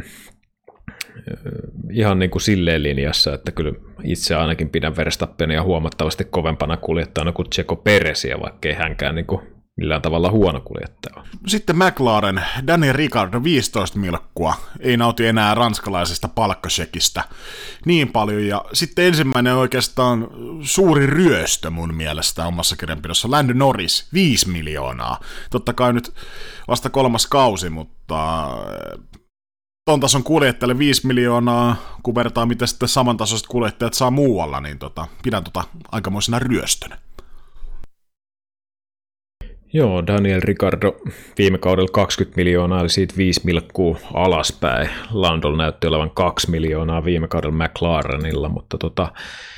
ihan niin kuin silleen linjassa, että kyllä itse ainakin pidän Verstappenia huomattavasti kovempana kuljettajana kuin Checo Perezia, vaikkei hänkään niin kuin millään tavalla huono kuljettaja. Sitten McLaren, Daniel Ricciardo viisitoista milkkua, ei nauti enää ranskalaisesta palkkasekistä niin paljon, ja sitten ensimmäinen oikeastaan suuri ryöstö mun mielestä omassa kirjanpidossa, Lando Norris, viisi miljoonaa. Totta kai nyt vasta kolmas kausi, mutta ton tason kuljettajalle viisi miljoonaa, kun vertaa mitä sitten samantasoiset kuljettajat saa muualla, niin tota, pidän tota aikamoisena ryöstönä. Joo, Daniel Ricciardo viime kaudella kaksikymmentä miljoonaa, eli siitä viisi milkkuu alaspäin. Landolla näytti olevan kaksi miljoonaa viime kaudella McLarenilla, mutta tota,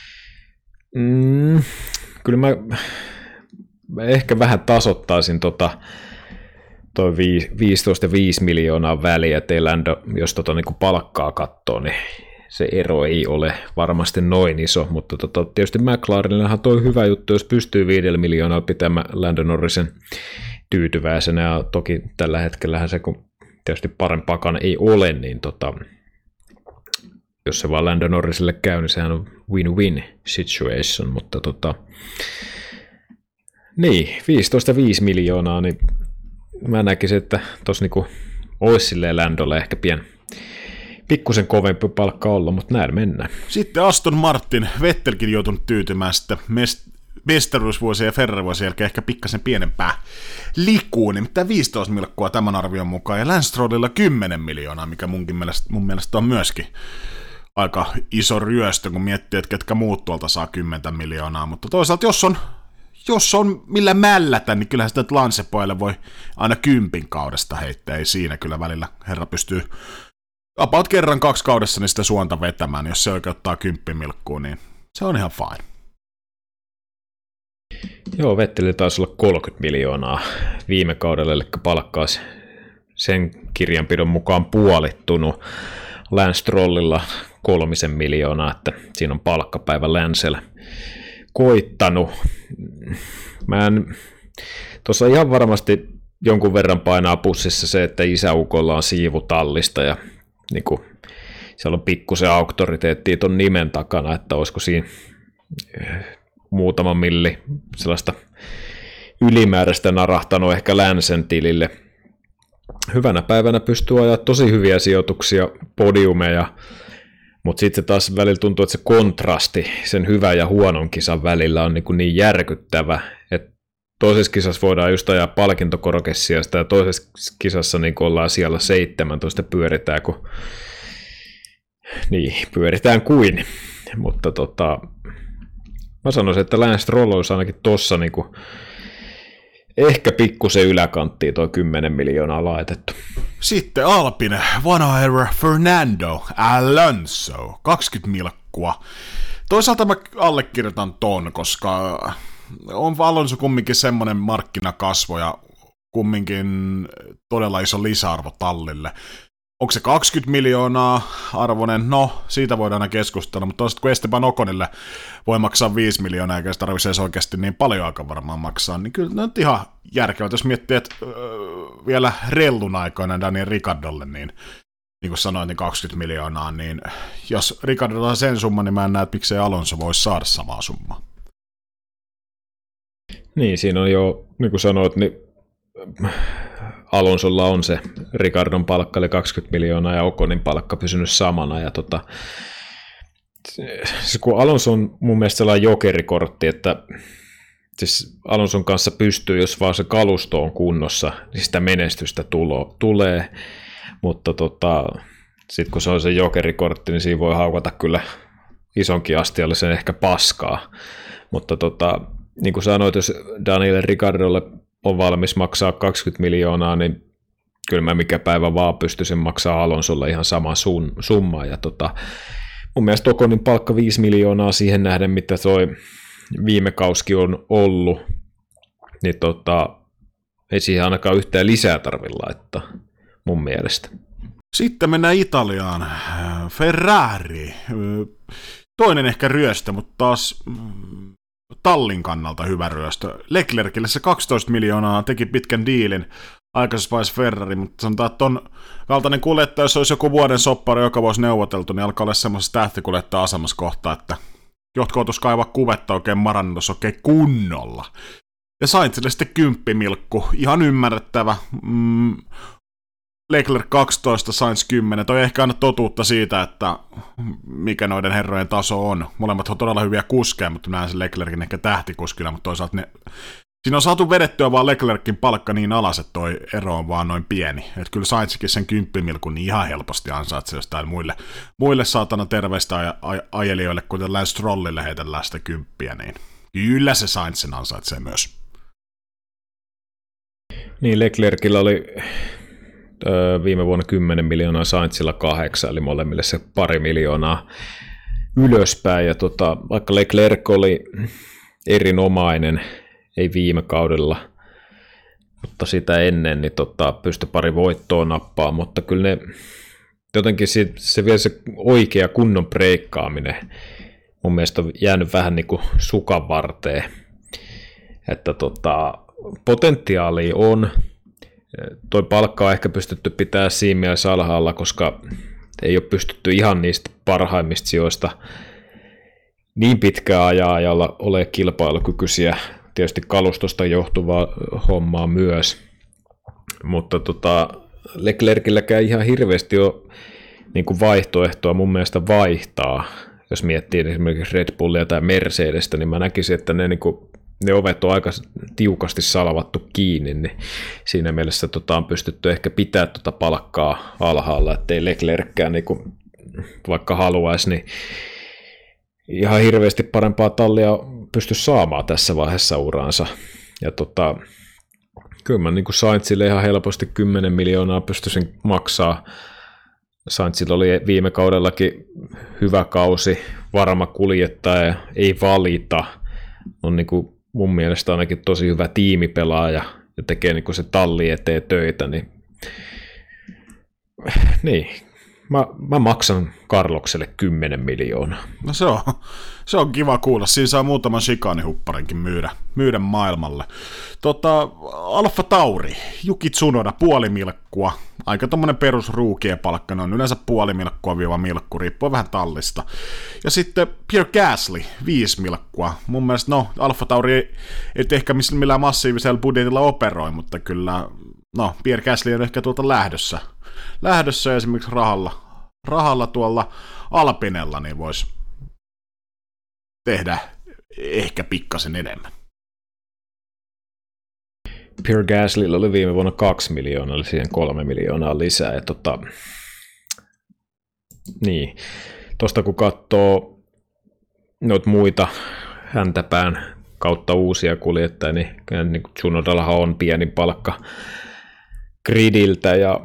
mm, kyllä mä, mä ehkä vähän tasoittaisin tota, toi viisitoista ja viisi miljoonaa väliä, ettei Lando, jos tota niinku palkkaa katsoo, niin se ero ei ole varmasti noin iso, mutta tota, tietysti McLarenillahan toi hyvä juttu, jos pystyy viidellä miljoonaa pitämään Lando Norrisen tyytyväisenä, ja toki tällä hetkellähän se, kun tietysti parempaakaan ei ole, niin tota, jos se vaan Lando Norrisille käy, niin sehän on win-win situation, mutta tota, niin, viisitoista viisi miljoonaa, niin mä näkisin, että tuossa niinku olisi silleen Landolle ehkä pien pikkusen kovempi palkka olla, mutta näin mennään. Sitten Aston Martin, Vettelkin joutunut tyytymään sitten mest- mestaruusvuosien ja Ferrari-vuosien jälkeen ehkä pikkasen pienempää likuun, nimittäin viisitoista milkkua tämän arvion mukaan, ja Lance Strollilla kymmenen miljoonaa, mikä munkin mielestä, mun mielestä on myöskin aika iso ryöstö, kun miettii, että ketkä muut tuolta saa kymmenen miljoonaa, mutta toisaalta jos on Jos on millä mällätä, niin kyllähän sitä Lancepoille voi aina kympin kaudesta heittää. Ei siinä kyllä välillä herra pystyy about kerran kaksi kaudessa niin sitä suonta vetämään. Jos se oikeuttaa kymppimilkkuun, niin se on ihan fine. Joo, Vetteli taisi olla kolmekymmentä miljoonaa viime kaudella, eli palkkaisi sen kirjanpidon mukaan puolittunut. Lance Strollilla kolmisen miljoonaa, että siinä on palkkapäivä Lancella koittanut. Mä en, tuossa ihan varmasti jonkun verran painaa pussissa se, että isäukolla on siivu tallista, ja niin kuin, siellä on pikkusen auktoriteettia ton nimen takana, että olisiko siinä muutama milli sellaista ylimääräistä narahtanut ehkä Länsen tilille. Hyvänä päivänä pystyy ajaa tosi hyviä sijoituksia, podiumeja, mutta sitten taas välillä tuntuu, että se kontrasti sen hyvän ja huonon kisan välillä on niin, niin järkyttävä, että toisessa kisassa voidaan just ajaa palkintokorokessijasta ja toisessa kisassa niin ollaan siellä seitsemäntoista pyöritään, kun niin, pyöritään kuin, mutta tota, mä sanoisin, että Lance Stroll olisi ainakin tossa niin kuin ehkä pikkusen yläkanttiin tuo kymmenen miljoonaa laitettu. Sitten Alpine, Vanhoever Fernando Alonso, kaksikymmentä milkkua. Toisaalta mä allekirjoitan ton, koska on Alonso kumminkin semmoinen markkinakasvo ja kumminkin todella iso lisäarvo tallille. Onko se kaksikymmentä miljoonaa arvoinen? No, siitä voidaan aina keskustella, mutta toisaalta kun Esteban Oconille voi maksaa viisi miljoonaa, eikä se tarvitse edes oikeasti niin paljon aika varmaan maksaa, niin kyllä ne on ihan järkevät. Jos miettii, että öö, vielä rellun aikoina Daniel Ricciardolle, niin niin kuin sanoin, niin kaksikymmentä miljoonaa, niin jos Ricciardo saa sen summan, niin mä en näe, että miksei Alonso voisi saada samaa summaa. Niin, siinä on jo, niin kuin sanoit, niin Alonsolla on se Ricciardon palkka, eli kaksikymmentä miljoonaa, ja Oconin palkka pysynyt samana, ja tota, se, kun Alonso on mun mielestä sellainen jokerikortti, että siis Alonson kanssa pystyy, jos vaan se kalusto on kunnossa, niin sitä menestystä tulo, tulee, mutta tota, sitten kun se on se jokerikortti, niin siinä voi haukata kyllä isonkin astiallisen ehkä paskaa, mutta tota, niin kuin sanoit, jos Daniel Ricciardolle on valmis maksaa kaksikymmentä miljoonaa, niin kyllä mä mikä päivä vaan pystyisin maksaa Alonsolle ihan saman sun, summan. Ja tota, mun mielestä Oconin palkka viisi miljoonaa siihen nähden, mitä toi viime kauski on ollut, niin tota, ei siihen ainakaan yhtään lisää tarvitse laittaa, mun mielestä. Sitten mennään Italiaan. Ferrari. Toinen ehkä ryöstö, mutta taas tallin kannalta hyvä ryöstö. Leclercille se kaksitoista miljoonaa teki pitkän diilin aikaisessa vaiheessa Ferrari, mutta sanotaan, että ton kaltainen kuljettaja, jos olisi joku vuoden soppari, joka voisi neuvoteltu, niin alkaa olla semmoisessa tähtikuljettaja asemassa kohtaa, että jotko otus kaivaa kuvetta oikein Maranellossa oikein kunnolla. Ja Sainzille sitten kymppimilkku, ihan ymmärrettävä. Mm, Leclerc kaksitoista, Sainz kymmenen. Toi ei ehkä anna totuutta siitä, että mikä noiden herrojen taso on. Molemmat on todella hyviä kuskeja, mutta näen sen Leclercin ehkä tähtikuskilla, mutta toisaalta ne... Siinä on saatu vedettyä vaan Leclercin palkka niin alas, että toi ero on vaan noin pieni. Että kyllä Sainzikin sen kymppimilkun niin ihan helposti ansaitsee jostain muille, muille saatana terveistä aj- aj- ajelijoille, kuten Lance Strollille heitellään sitä kymppiä, niin kyllä se Sainz sen ansaitsee myös. Niin, Leclercillä oli viime vuonna kymmenen miljoonaa, Sainzilla kahdeksan, eli molemmille se pari miljoonaa ylöspäin. Ja tota, vaikka Leclerc oli erinomainen, ei viime kaudella, mutta sitä ennen niin tota, pystyi pari voittoa nappaa, mutta kyllä ne jotenkin se, se vielä se oikea kunnon breikkaaminen mun mielestä on jäänyt vähän niin kuin sukan varteen, että tota, potentiaalia on. Toi palkka on ehkä pystytty pitää siinä mielessä alhaalla, koska ei ole pystytty ihan niistä parhaimmista sijoista niin pitkään ajaa ja olla, ole kilpailukykyisiä. Tietysti kalustosta johtuvaa hommaa myös, mutta tota, Leclercilläkään ihan hirveästi ole niin kuin vaihtoehtoa mun mielestä vaihtaa. Jos miettii esimerkiksi Red Bullia tai Mercedestä, niin mä näkisin, että ne niin kuin ne ovet on aika tiukasti salvattu kiinni, niin siinä mielessä tota, on pystytty ehkä pitää tuota palkkaa alhaalla, ettei Leclerckään niin kuin, vaikka haluaisi, niin ihan hirveästi parempaa tallia pysty saamaan tässä vaiheessa uraansa. Ja tota, kyllä mä niin kuin Sainzille ihan helposti kymmenen miljoonaa pystyisin maksaa. Sainzilla oli viime kaudellakin hyvä kausi, varma kuljettaja, ei valita, on niin kuin mun mielestä ainakin tosi hyvä tiimipelaaja ja tekee niin kuin se talli eteen töitä, niin, niin Mä, mä maksan Carlokselle kymmenen miljoonaa. No se on, se on kiva kuulla. Siinä saa muutaman shikaanihupparinkin myydä, myydä maailmalle. Tota, Alfa Tauri, Yuki Tsunoda, puoli milkkua. Aika tommonen perusruukien palkka, ne on yleensä puoli milkkua viiva milkku, riippuu vähän tallista. Ja sitten Pierre Gasly, viisi milkkua. Mun mielestä, no, Alfa Tauri ei, ei ehkä millään massiivisella budjetilla operoi, mutta kyllä, no, Pierre Gasly on ehkä tuolta lähdössä. Lähdössä esimerkiksi rahalla, rahalla tuolla Alpinella, niin voisi tehdä ehkä pikkasen enemmän. Pierre Gaslylla oli viime vuonna kaksi miljoonaa, eli siihen kolme miljoonaa lisää. Ja tota, niin, tuosta kun katsoo noita muita häntäpään kautta uusia kuljettajia, niin, niin Tsunodallahan on pieni palkka gridiltä ja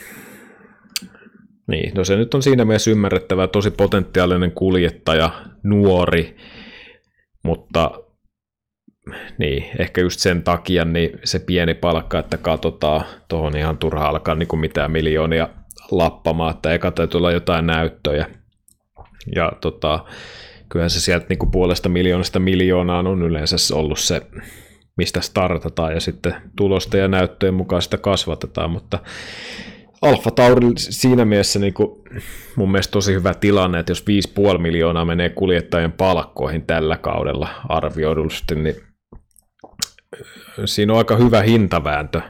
niin, no se nyt on siinä mielessä ymmärrettävää, tosi potentiaalinen kuljettaja, nuori, mutta niin, ehkä just sen takia niin se pieni palkka, että katsotaan tuohon ihan turha alkaa niin kuin mitään miljoonia lappamaan, että eka täytyy olla jotain näyttöjä. Ja tota, kyllähän se sieltä niin kuin puolesta miljoonasta miljoonaan on yleensä ollut se, mistä startataan ja sitten tulosta ja näyttöjen mukaan sitä kasvatetaan, mutta Alfa Tauri siinä mielessä niin kuin mun mielestä tosi hyvä tilanne, että jos viisi pilkku viisi miljoonaa menee kuljettajien palkkoihin tällä kaudella arvioidusti, niin siinä on aika hyvä hintavääntö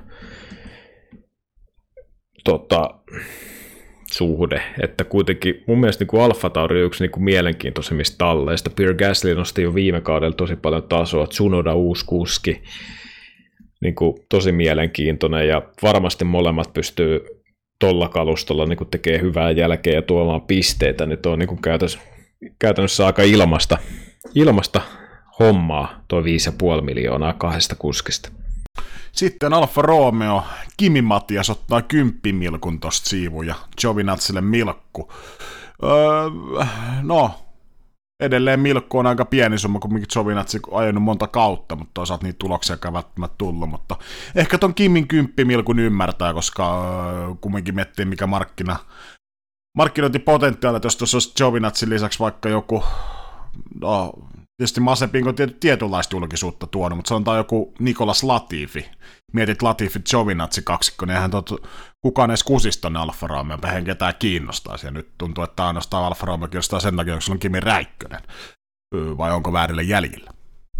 tota, suhde, että kuitenkin mun mielestä niin kuin Alfa Tauri on yksi niin kuin mielenkiintoisimmista talleista. Pierre Gasly nosti jo viime kaudella tosi paljon tasoa, Tsunoda uusi kuski, niin kuin tosi mielenkiintoinen ja varmasti molemmat pystyy tuolla kalustolla niin kuin tekee hyvää jälkeä ja tuomaan pisteitä, niin tuo on niin kuin käytännössä, käytännössä aika ilmasta, ilmasta hommaa tuo viisi pilkku viisi miljoonaa kahdesta kuskista. Sitten Alfa Romeo, Kimi Matias ottaa kymppimilkun tosta siivuun ja Giovinazzille milkku. Öö, no, edelleen milkku on aika pieni summa, kun Giovinazzi on ajanut monta kautta, mutta toisaalta niitä tuloksia ei välttämättä tullut, mutta ehkä ton Kimin kymppimilkun ymmärtää, koska öö, kumminkin miettii mikä markkina, markkinointipotentiaali, että jos tuossa olisi Giovinazzin lisäksi vaikka joku, no, tietysti Mazepin on tietynlaista julkisuutta tuonut, mutta sanotaan joku Nicolas Latifi. Mietit Latifi Giovinazzi kaksikko, niin eihän tot, kukaan edes kusisi tonne Alfa Romeo, eihän ketään kiinnostaisi. Ja nyt tuntuu, että ainoastaan Alfa Romeo kiinnostaa sen takia, onko sulla on Kimi Räikkönen, vai onko väärille jäljillä?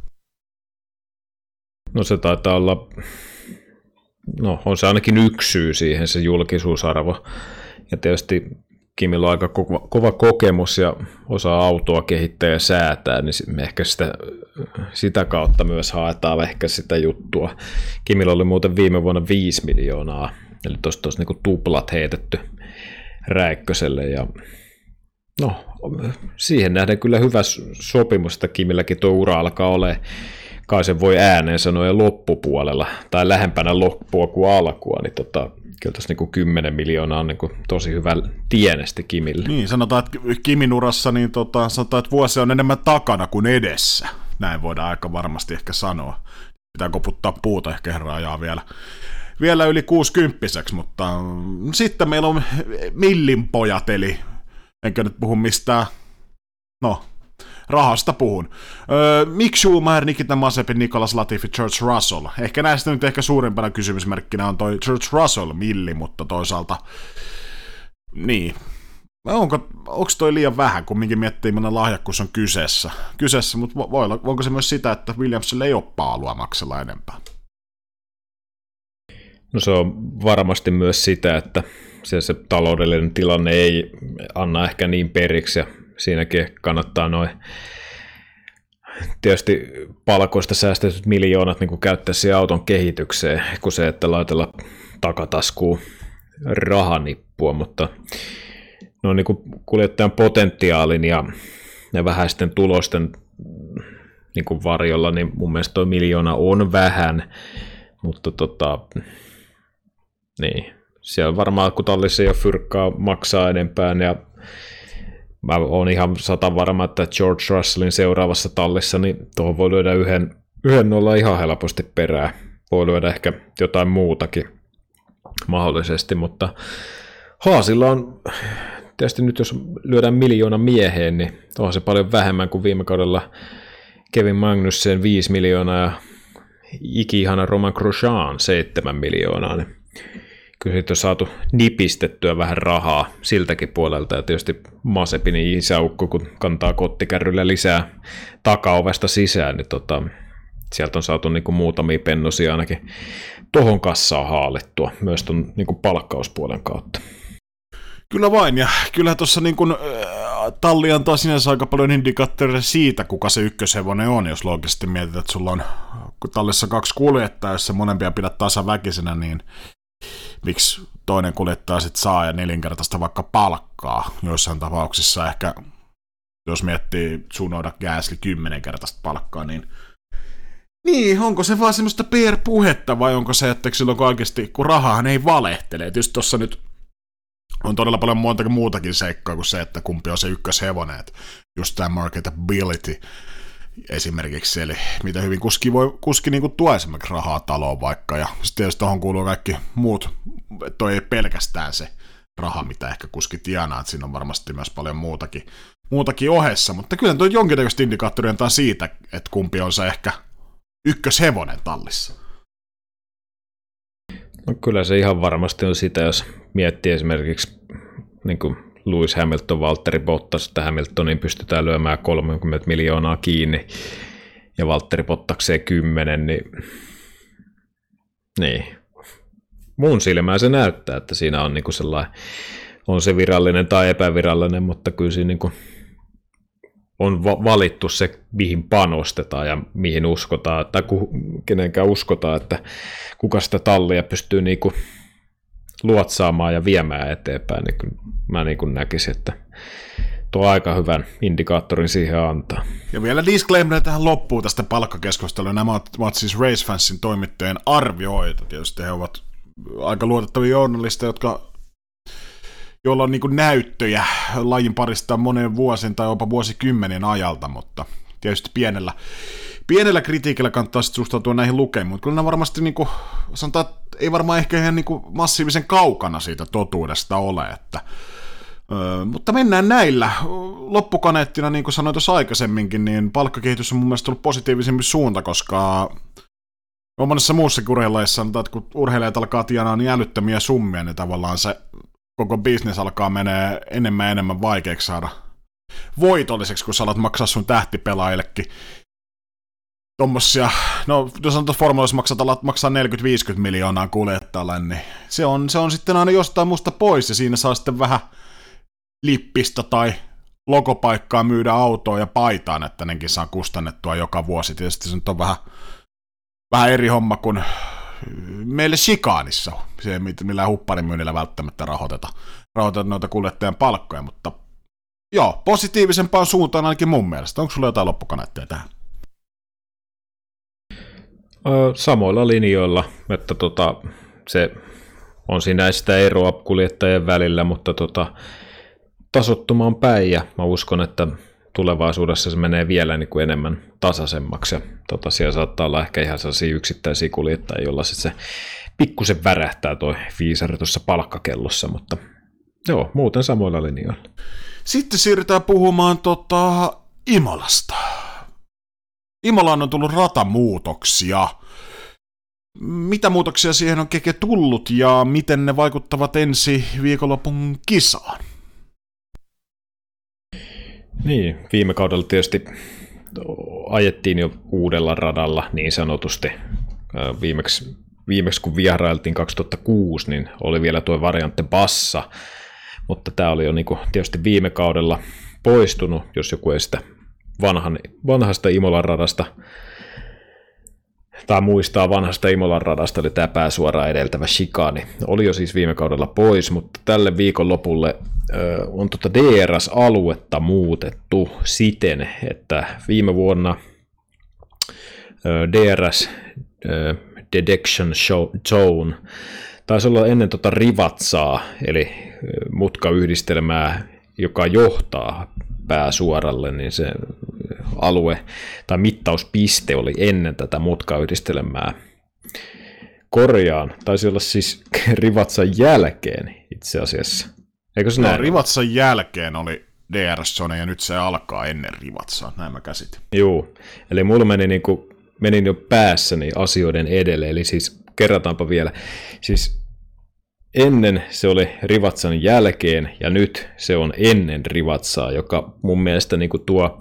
No se taitaa olla, no on se ainakin yksi syy siihen, se julkisuusarvo. Ja tietysti Kimillä on aika kova, kova kokemus ja osaa autoa kehittää ja säätää, niin me ehkä sitä, sitä kautta myös haetaan ehkä sitä juttua. Kimillä oli muuten viime vuonna viisi miljoonaa, eli tuossa tuossa niin tuplat heitetty Räikköselle. Ja no, siihen nähden kyllä hyvä sopimus, että Kimilläkin tuo ura alkaa olemaan, kai sen voi ääneen sanoa jo loppupuolella, tai lähempänä loppua kuin alkua, niin tota, kyllä tässä niin kymmenen miljoonaa on niin tosi hyvä tienesti Kimille. Niin, sanotaan, että Kimin urassa niin tota, sanotaan, että vuosi on enemmän takana kuin edessä. Näin voidaan aika varmasti ehkä sanoa. Pitää koputtaa puuta ehkä herra ajaa vielä, vielä yli kuusikymppiseksi, mutta sitten meillä on Millin pojat, eli enkä nyt puhu mistään, no, rahasta puhun. Öö, Mick Schumacher, Nikita Mazepin, Nicolas Latifi, George Russell. Ehkä näistä nyt ehkä suurimpana kysymysmerkkinä on toi George Russell milli, mutta toisaalta niin. Onko, onko toi liian vähän, kumminkin miettii, millainen lahjakkuus on kyseessä, kyseessä mutta voi olla, onko se myös sitä, että Williamsille ei ole paalua maksella enempää? No se on varmasti myös sitä, että se, se taloudellinen tilanne ei anna ehkä niin periksi ja siinäkin kannattaa noin tietysti palkoista säästetyt miljoonat niin käyttää siihen auton kehitykseen, kuin se, että laitella takataskuun rahanippua, mutta no niin kuin kuljettajan potentiaalin ja, ja vähäisten tulosten niin kuin varjolla, niin mun mielestä tuo miljoona on vähän, mutta tota, niin, siellä varmaan kun tallissa ei ole fyrkkaa maksaa enempään ja mä oon ihan sata varma, että George Russellin seuraavassa tallissa, niin tuohon voi lyödä yhden, yhden nolla ihan helposti perään. Voi lyödä ehkä jotain muutakin mahdollisesti, mutta Haasilla on tietysti nyt jos lyödään miljoona mieheen, niin on se paljon vähemmän kuin viime kaudella Kevin Magnussen viisi miljoonaa ja iki-ihana Romain Grosjean seitsemän miljoonaa. Niin kyllä sitten on saatu nipistettyä vähän rahaa siltäkin puolelta, ja tietysti Mazepinin isäukko, kun kantaa kottikärryllä lisää takaovesta sisään, niin tota, sieltä on saatu niinku muutamia pennosia ainakin tohon kassaan haalittua, myös ton niinku palkkauspuolen kautta. Kyllä vain, ja kyllä tuossa niin kun, äh, talli antaa sinänsä aika paljon indikaattoreita siitä, kuka se ykköshevonen on, jos loogisesti mietitään, että sulla on tallissa kaksi kuljettajaa, jos se molempia pidät tasaväkisenä, niin miksi toinen kuljettaja sitten saa ja nelinkertaista vaikka palkkaa, joissain tapauksissa ehkä, jos miettii Tsunoda Gasly kymmenenkertaista palkkaa, niin niin, onko se vaan semmoista P R-puhetta vai onko se, että silloin kun oikeasti, kun rahahan ei valehtele, tietysti tuossa nyt on todella paljon monta muutakin seikkaa kuin se, että kumpi on se ykköshevonen, että just tämä marketability esimerkiksi, eli mitä hyvin kuski voi kuski niin kuin tuo esimerkiksi rahaa taloon vaikka, ja sitten tietysti tuohon kuuluu kaikki muut, toi ei pelkästään se raha, mitä ehkä kuski tienaa, että siinä on varmasti myös paljon muutakin, muutakin ohessa, mutta kyllä tuo jonkinnäköistä indikaattoria antaa siitä, että kumpi on se ehkä ykköshevonen tallissa. No kyllä se ihan varmasti on sitä, jos miettii esimerkiksi niin kuin Lewis Hamilton, Valtteri Bottas, että Hamiltonin pystytään lyömään kolmekymmentä miljoonaa kiinni ja Valtteri Bottakseen kymmenen, niin, niin mun silmään se näyttää, että siinä on, niin kuin sellainen, on se virallinen tai epävirallinen, mutta kyllä siinä niin kuin on valittu se, mihin panostetaan ja mihin uskotaan, tai kenenkään uskotaan, että kuka sitä tallia pystyy niinku luotsaamaan ja viemään eteenpäin, niin mä niinku näkisin, että tuo aika hyvän indikaattorin siihen antaa. Ja vielä disclaimer tähän loppuun tästä palkkakeskustelua. Nämä ovat siis Race Fansin toimittajien arvioita. Tietysti he ovat aika luotettavia journalisteja, jotka jolla on niin kuin näyttöjä lajin parista monen vuosien tai jopa vuosikymmenien ajalta, mutta tietysti pienellä, pienellä kritiikillä kannattaa sitten suhtautua näihin lukemiin, mutta kyllä ne varmasti, niin kuin, sanotaan, ei varmaan ehkä ihan niin kuin massiivisen kaukana siitä totuudesta ole, että, ö, mutta mennään näillä. Loppukaneettina, niin kuin sanoin tuossa aikaisemminkin, niin palkkakehitys on mun mielestä ollut positiivisempi suunta, koska on monessa muussa urheilajissa sanotaan, että kun urheilijat alkaa tienaa niin älyttömiä summia, niin tavallaan se koko bisnes alkaa menee enemmän ja enemmän vaikeaksi saada voitolliseksi, kun sä alat maksaa sun tähtipelaajillekin tommosia, no jos sanotaan formuloissa maksaa, alat maksaa neljäkymmentä viisikymmentä miljoonaa kuljettajalle, niin se on, se on sitten aina jostain musta pois, ja siinä saa sitten vähän lippistä tai logopaikkaa myydä autoa ja paitaan, että nekin saa kustannettua joka vuosi. Tietysti se nyt on vähän, vähän eri homma kuin meille Chikaanissa, se millään hupparimyynnillä välttämättä rahoiteta, rahoiteta noita kuljettajan palkkoja, mutta joo, positiivisempaan suuntaan ainakin mun mielestä. Onko sulla jotain loppukaneetteja tähän? Samoilla linjoilla, että tota, se on siinä sitä eroa kuljettajien välillä, mutta tota, tasottumaan päin, ja mä uskon, että tulevaisuudessa se menee vielä niin kuin enemmän tasaisemmaksi, ja tota, siellä saattaa olla ehkä ihan sellaisia yksittäisiä kuljettajia, joilla se, se pikkusen värähtää toi viisari tuossa palkkakellossa, mutta joo, muuten samoilla linjoilla. Sitten siirrytään puhumaan tota Imolasta. Imolaan on tullut ratamuutoksia. Mitä muutoksia siihen on keke tullut ja miten ne vaikuttavat ensi viikonlopun kisaan? Niin, viime kaudella tietysti ajettiin jo uudella radalla niin sanotusti. Viimeksi, viimeksi kun vierailtiin kaksituhattakuusi, niin oli vielä tuo variantti Bassa, mutta tämä oli jo niin kuin tietysti viime kaudella poistunut, jos joku ei sitä vanhan, vanhasta Imolan radasta tai muistaa vanhasta Imolan radasta, eli tämä pääsuoraan edeltävä chicane oli jo siis viime kaudella pois, mutta tälle viikonlopulle ö, on tuota D R S-aluetta muutettu siten, että viime vuonna ö, D R S ö, Detection Zone taisi olla ennen tuota Rivatsaa, eli mutkayhdistelmää, joka johtaa pääsuoralle, niin se alue tai mittauspiste oli ennen tätä mutkayhdistelmää. Korjaan, taisi olla siis Rivatsan jälkeen itse asiassa. Eikö se no, näin? Rivatsan jälkeen oli D R S-zone ja nyt se alkaa ennen Rivatsaa, näin mä käsitin. Joo, eli mulla meni niinku, menin jo päässäni asioiden edelle, eli siis kerrataanpa vielä, siis ennen se oli Rivatsan jälkeen ja nyt se on ennen Rivatsaa, joka mun mielestä niinku tuo,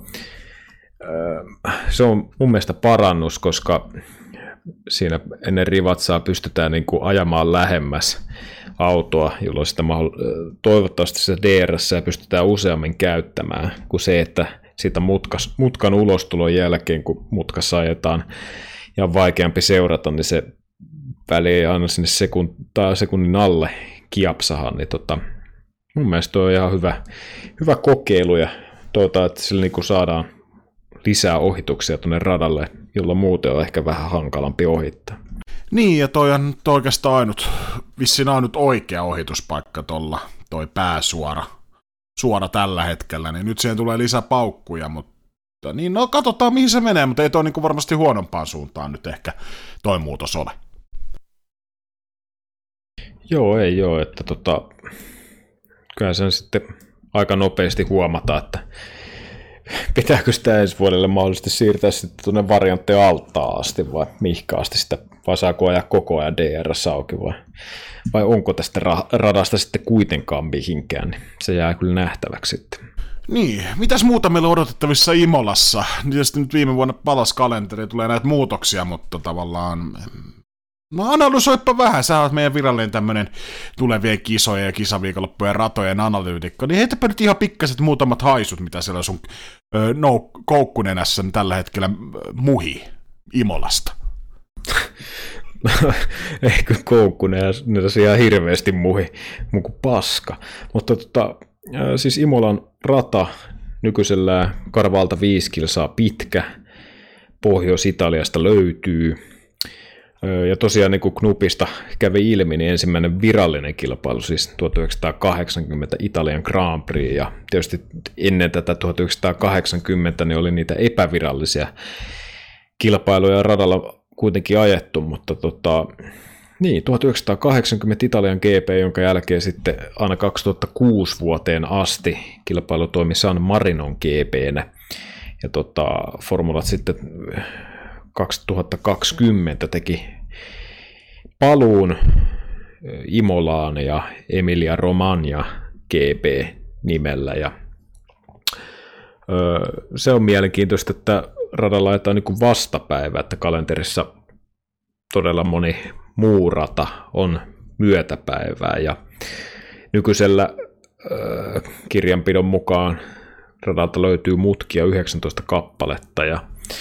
se on mun mielestä parannus, koska siinä ennen Rivatsaa pystytään niinku ajamaan lähemmäs autoa, jolloin sitä toivottavasti sitä D R S pystytään useammin käyttämään kuin se, että siitä mutkas, mutkan ulostulon jälkeen, kun mutkassa ajetaan ja on vaikeampi seurata, niin se väli ei aina sinne sekuntaa, sekunnin alle kiapsahan, niin tota, mun mielestä on ihan hyvä, hyvä kokeilu ja toivotaan, että sillä niin saadaan lisää ohituksia tuonne radalle, jolla muuten on ehkä vähän hankalampi ohittaa. Niin, ja toi on toi oikeastaan ainut, vissiin ainut oikea ohituspaikka tuolla, toi pääsuora suora tällä hetkellä, niin nyt siihen tulee lisää paukkuja, mutta niin no katsotaan mihin se menee, mutta ei toi niinku varmasti huonompaan suuntaan nyt ehkä toi muutos ole. Joo, ei joo, että tota, kyllä sen sitten aika nopeasti huomata, että pitääkö sitä ensi vuodelle mahdollisesti siirtää sitten tuonne variantteen altaan asti vai mihkä asti sitä, vai saako ajaa koko ajan D R S auki vai, vai onko tästä ra- radasta sitten kuitenkaan mihinkään, niin se jää kyllä nähtäväksi sitten. Niin, mitäs muuta meillä on odotettavissa Imolassa? Tietysti nyt viime vuonna palas kalenteri ja tulee näitä muutoksia, mutta tavallaan no analysoipa vähän, sä oot meidän virallinen tämmönen tulevien kisojen ja kisaviikonloppujen ratojen analyytikko, niin heitäpä nyt ihan pikkaset muutamat haisut, mitä siellä sun ö, no, koukkunenässä tällä hetkellä muhi Imolasta. Ei kyllä koukkunenässä ihan hirveästi muhi, mun kuin paska, mutta tota, siis Imolan rata nykyisellään karvalta viisi kilsaa pitkä, Pohjois-Italiasta löytyy. Ja tosiaan niin kuin Knupista kävi ilmi, niin ensimmäinen virallinen kilpailu, siis tuhatyhdeksänsataakahdeksankymmentä Italian Grand Prix, ja tietysti ennen tätä tuhatyhdeksänsataakahdeksankymmentä niin oli niitä epävirallisia kilpailuja radalla kuitenkin ajettu, mutta tota, niin, tuhatyhdeksänsataakahdeksankymmentä Italian G P, jonka jälkeen sitten aina kaksituhattakuusi vuoteen asti kilpailu toimi San Marinon G P:nä, ja tota, formulat sitten kaksituhattakaksikymmentä teki paluun Imolaan ja Emilia Romagna G P-nimellä. Ja, öö, se on mielenkiintoista, että radalla ajetaan niin kuin vastapäivä, että kalenterissa todella moni muu rata on myötäpäivää. Ja nykyisellä öö, kirjanpidon mukaan radalta löytyy mutkia yhdeksäntoista kappaletta ja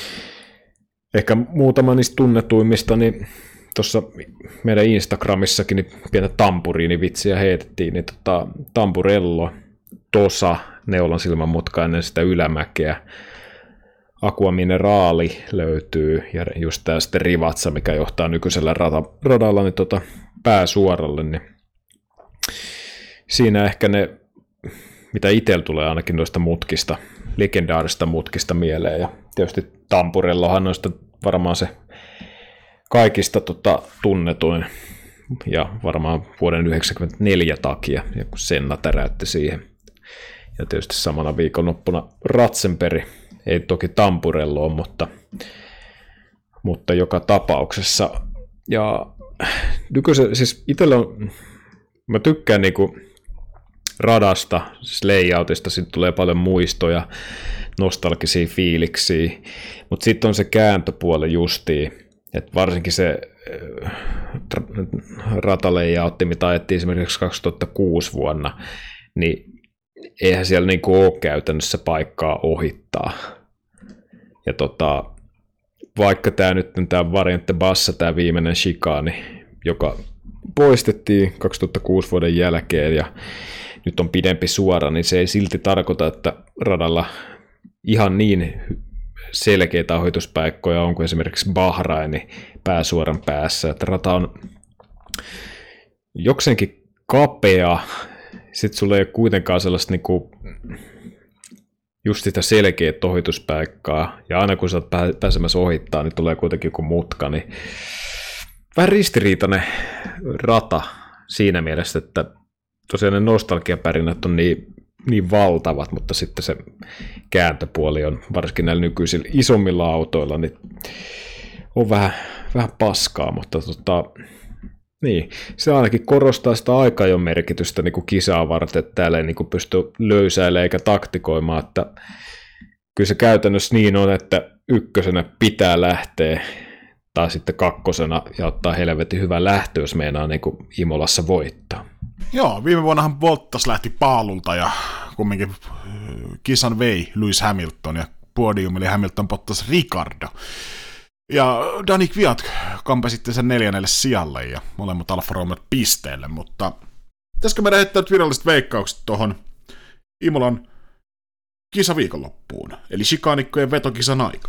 ehkä muutama niistä tunnetuimmista, niin tuossa meidän Instagramissakin niin pientä tampuriinivitsiä heitettiin, niin tota, Tampurello, Tosa, neulan silmänmutka ennen sitä ylämäkeä, Aqua Mineraali löytyy, ja just tää sitten Rivatsa, mikä johtaa nykyisellä rata, radalla niin tota, pääsuoralle, niin siinä ehkä ne, mitä itsellä tulee ainakin noista mutkista, legendaarista mutkista mieleen, ja tietysti Tampurellohan noista varmaan se kaikista tota, tunnetuin, ja varmaan vuoden yhdeksänkymmentäneljä takia, ja kun Senna täräytti siihen. Ja tietysti samana viikonloppuna Ratzenberg, ei toki Tampurelloa, mutta, mutta joka tapauksessa. Ja nykyisen, siis itsellä on, mä tykkään niinku radasta, siis layoutista, siitä tulee paljon muistoja, nostalgisia fiiliksiä, mutta sitten on se kääntöpuoli justiin, että varsinkin se äh, ratalayoutti, mitä ajettiin esimerkiksi kaksituhattakuusi vuonna, niin eihän siellä niinku ole käytännössä paikkaa ohittaa. Ja tota, vaikka tämä nyt on tämä Variante Bassa, tämä viimeinen chicane, joka poistettiin kaksituhattakuusi vuoden jälkeen ja nyt on pidempi suora, niin se ei silti tarkoita, että radalla ihan niin selkeitä ohituspaikkoja on kuin esimerkiksi Bahraini pääsuoran päässä, että rata on jokseenkin kapea, sitten sulla ei ole kuitenkaan sellaista niinku just sitä selkeät ohituspaikkaa, ja aina kun sä oot pääsemässä ohittaa, niin tulee kuitenkin joku mutka, niin vähän ristiriitainen rata siinä mielessä, että tosiaan ne nostalgiapärinät on niin, niin valtavat, mutta sitten se kääntöpuoli on, varsinkin näillä nykyisillä isommilla autoilla, niin on vähän, vähän paskaa, mutta tota, niin, se ainakin korostaa sitä aikajon merkitystä niin kuin kisaa varten, että täällä ei niin kuin pysty löysäilemään eikä taktikoimaan, että kyllä se käytännössä niin on, että ykkösenä pitää lähteä, tai sitten kakkosena ja ottaa helvetin hyvä lähtö, jos meinaa niin kuin Imolassa voittaa. Joo, viime vuonnahan Bottas lähti paalulta ja kumminkin kisan vei Lewis Hamilton ja podiumille Hamilton, Bottas, Ricardo. Ja Danny Kvyat kampe sitten sen neljännelle sijalle ja molemmat Alfa Romeo pisteelle, mutta pitäisikö meidän heittää nyt viralliset veikkaukset tuohon Imolan kisaviikonloppuun, eli chikaanikkojen vetokisan aika?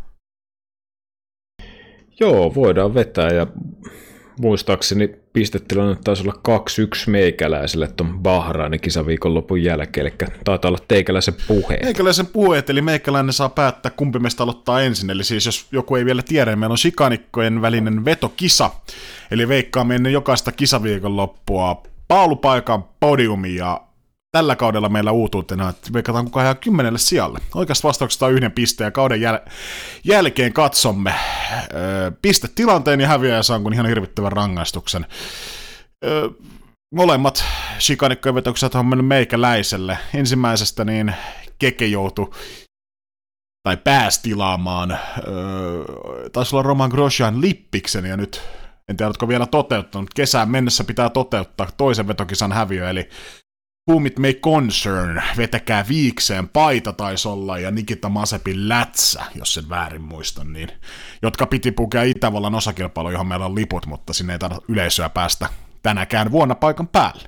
Joo, voidaan vetää ja muistaakseni pistetilanne taisi olla kaksi yksi meikäläiselle tuon Bahrainin kisaviikonlopun jälkeen, eli taitaa olla teikäläisen puheet. Meikäläisen puheet, eli meikäläinen saa päättää kumpi meistä aloittaa ensin, eli siis jos joku ei vielä tiedä, niin meillä on chikaanikkojen välinen vetokisa, eli veikkaamme ennen jokaista kisaviikonloppua paalupaikan podiumi ja tällä kaudella meillä uutuutena, että veikataan kukaan ihan kymmenelle sijalle. Oikeasta vastauksesta on yhden pisteen ja kauden jäl- jälkeen katsomme öö, pistetilanteen ja häviäjä saa kun ihan hirvittävän rangaistuksen. Öö, molemmat chikaanikkojen vetokset on mennyt meikäläiselle. Ensimmäisestä niin Keke joutui tai pääsi tilaamaan, öö, taisi olla Roman Grosjean lippiksen ja nyt en tiedä, oletko vielä toteuttanut. Kesään mennessä pitää toteuttaa toisen vetokisan häviö, eli Whom It May Concern, vetäkää viikseen, paita taisi olla, ja Nikita Mazepin lätsä, jos sen väärin muistan, niin, jotka piti pukea Itävallan osakilpailu, johon meillä on liput, mutta sinne ei tarvitse yleisöä päästä tänäkään vuonna paikan päälle.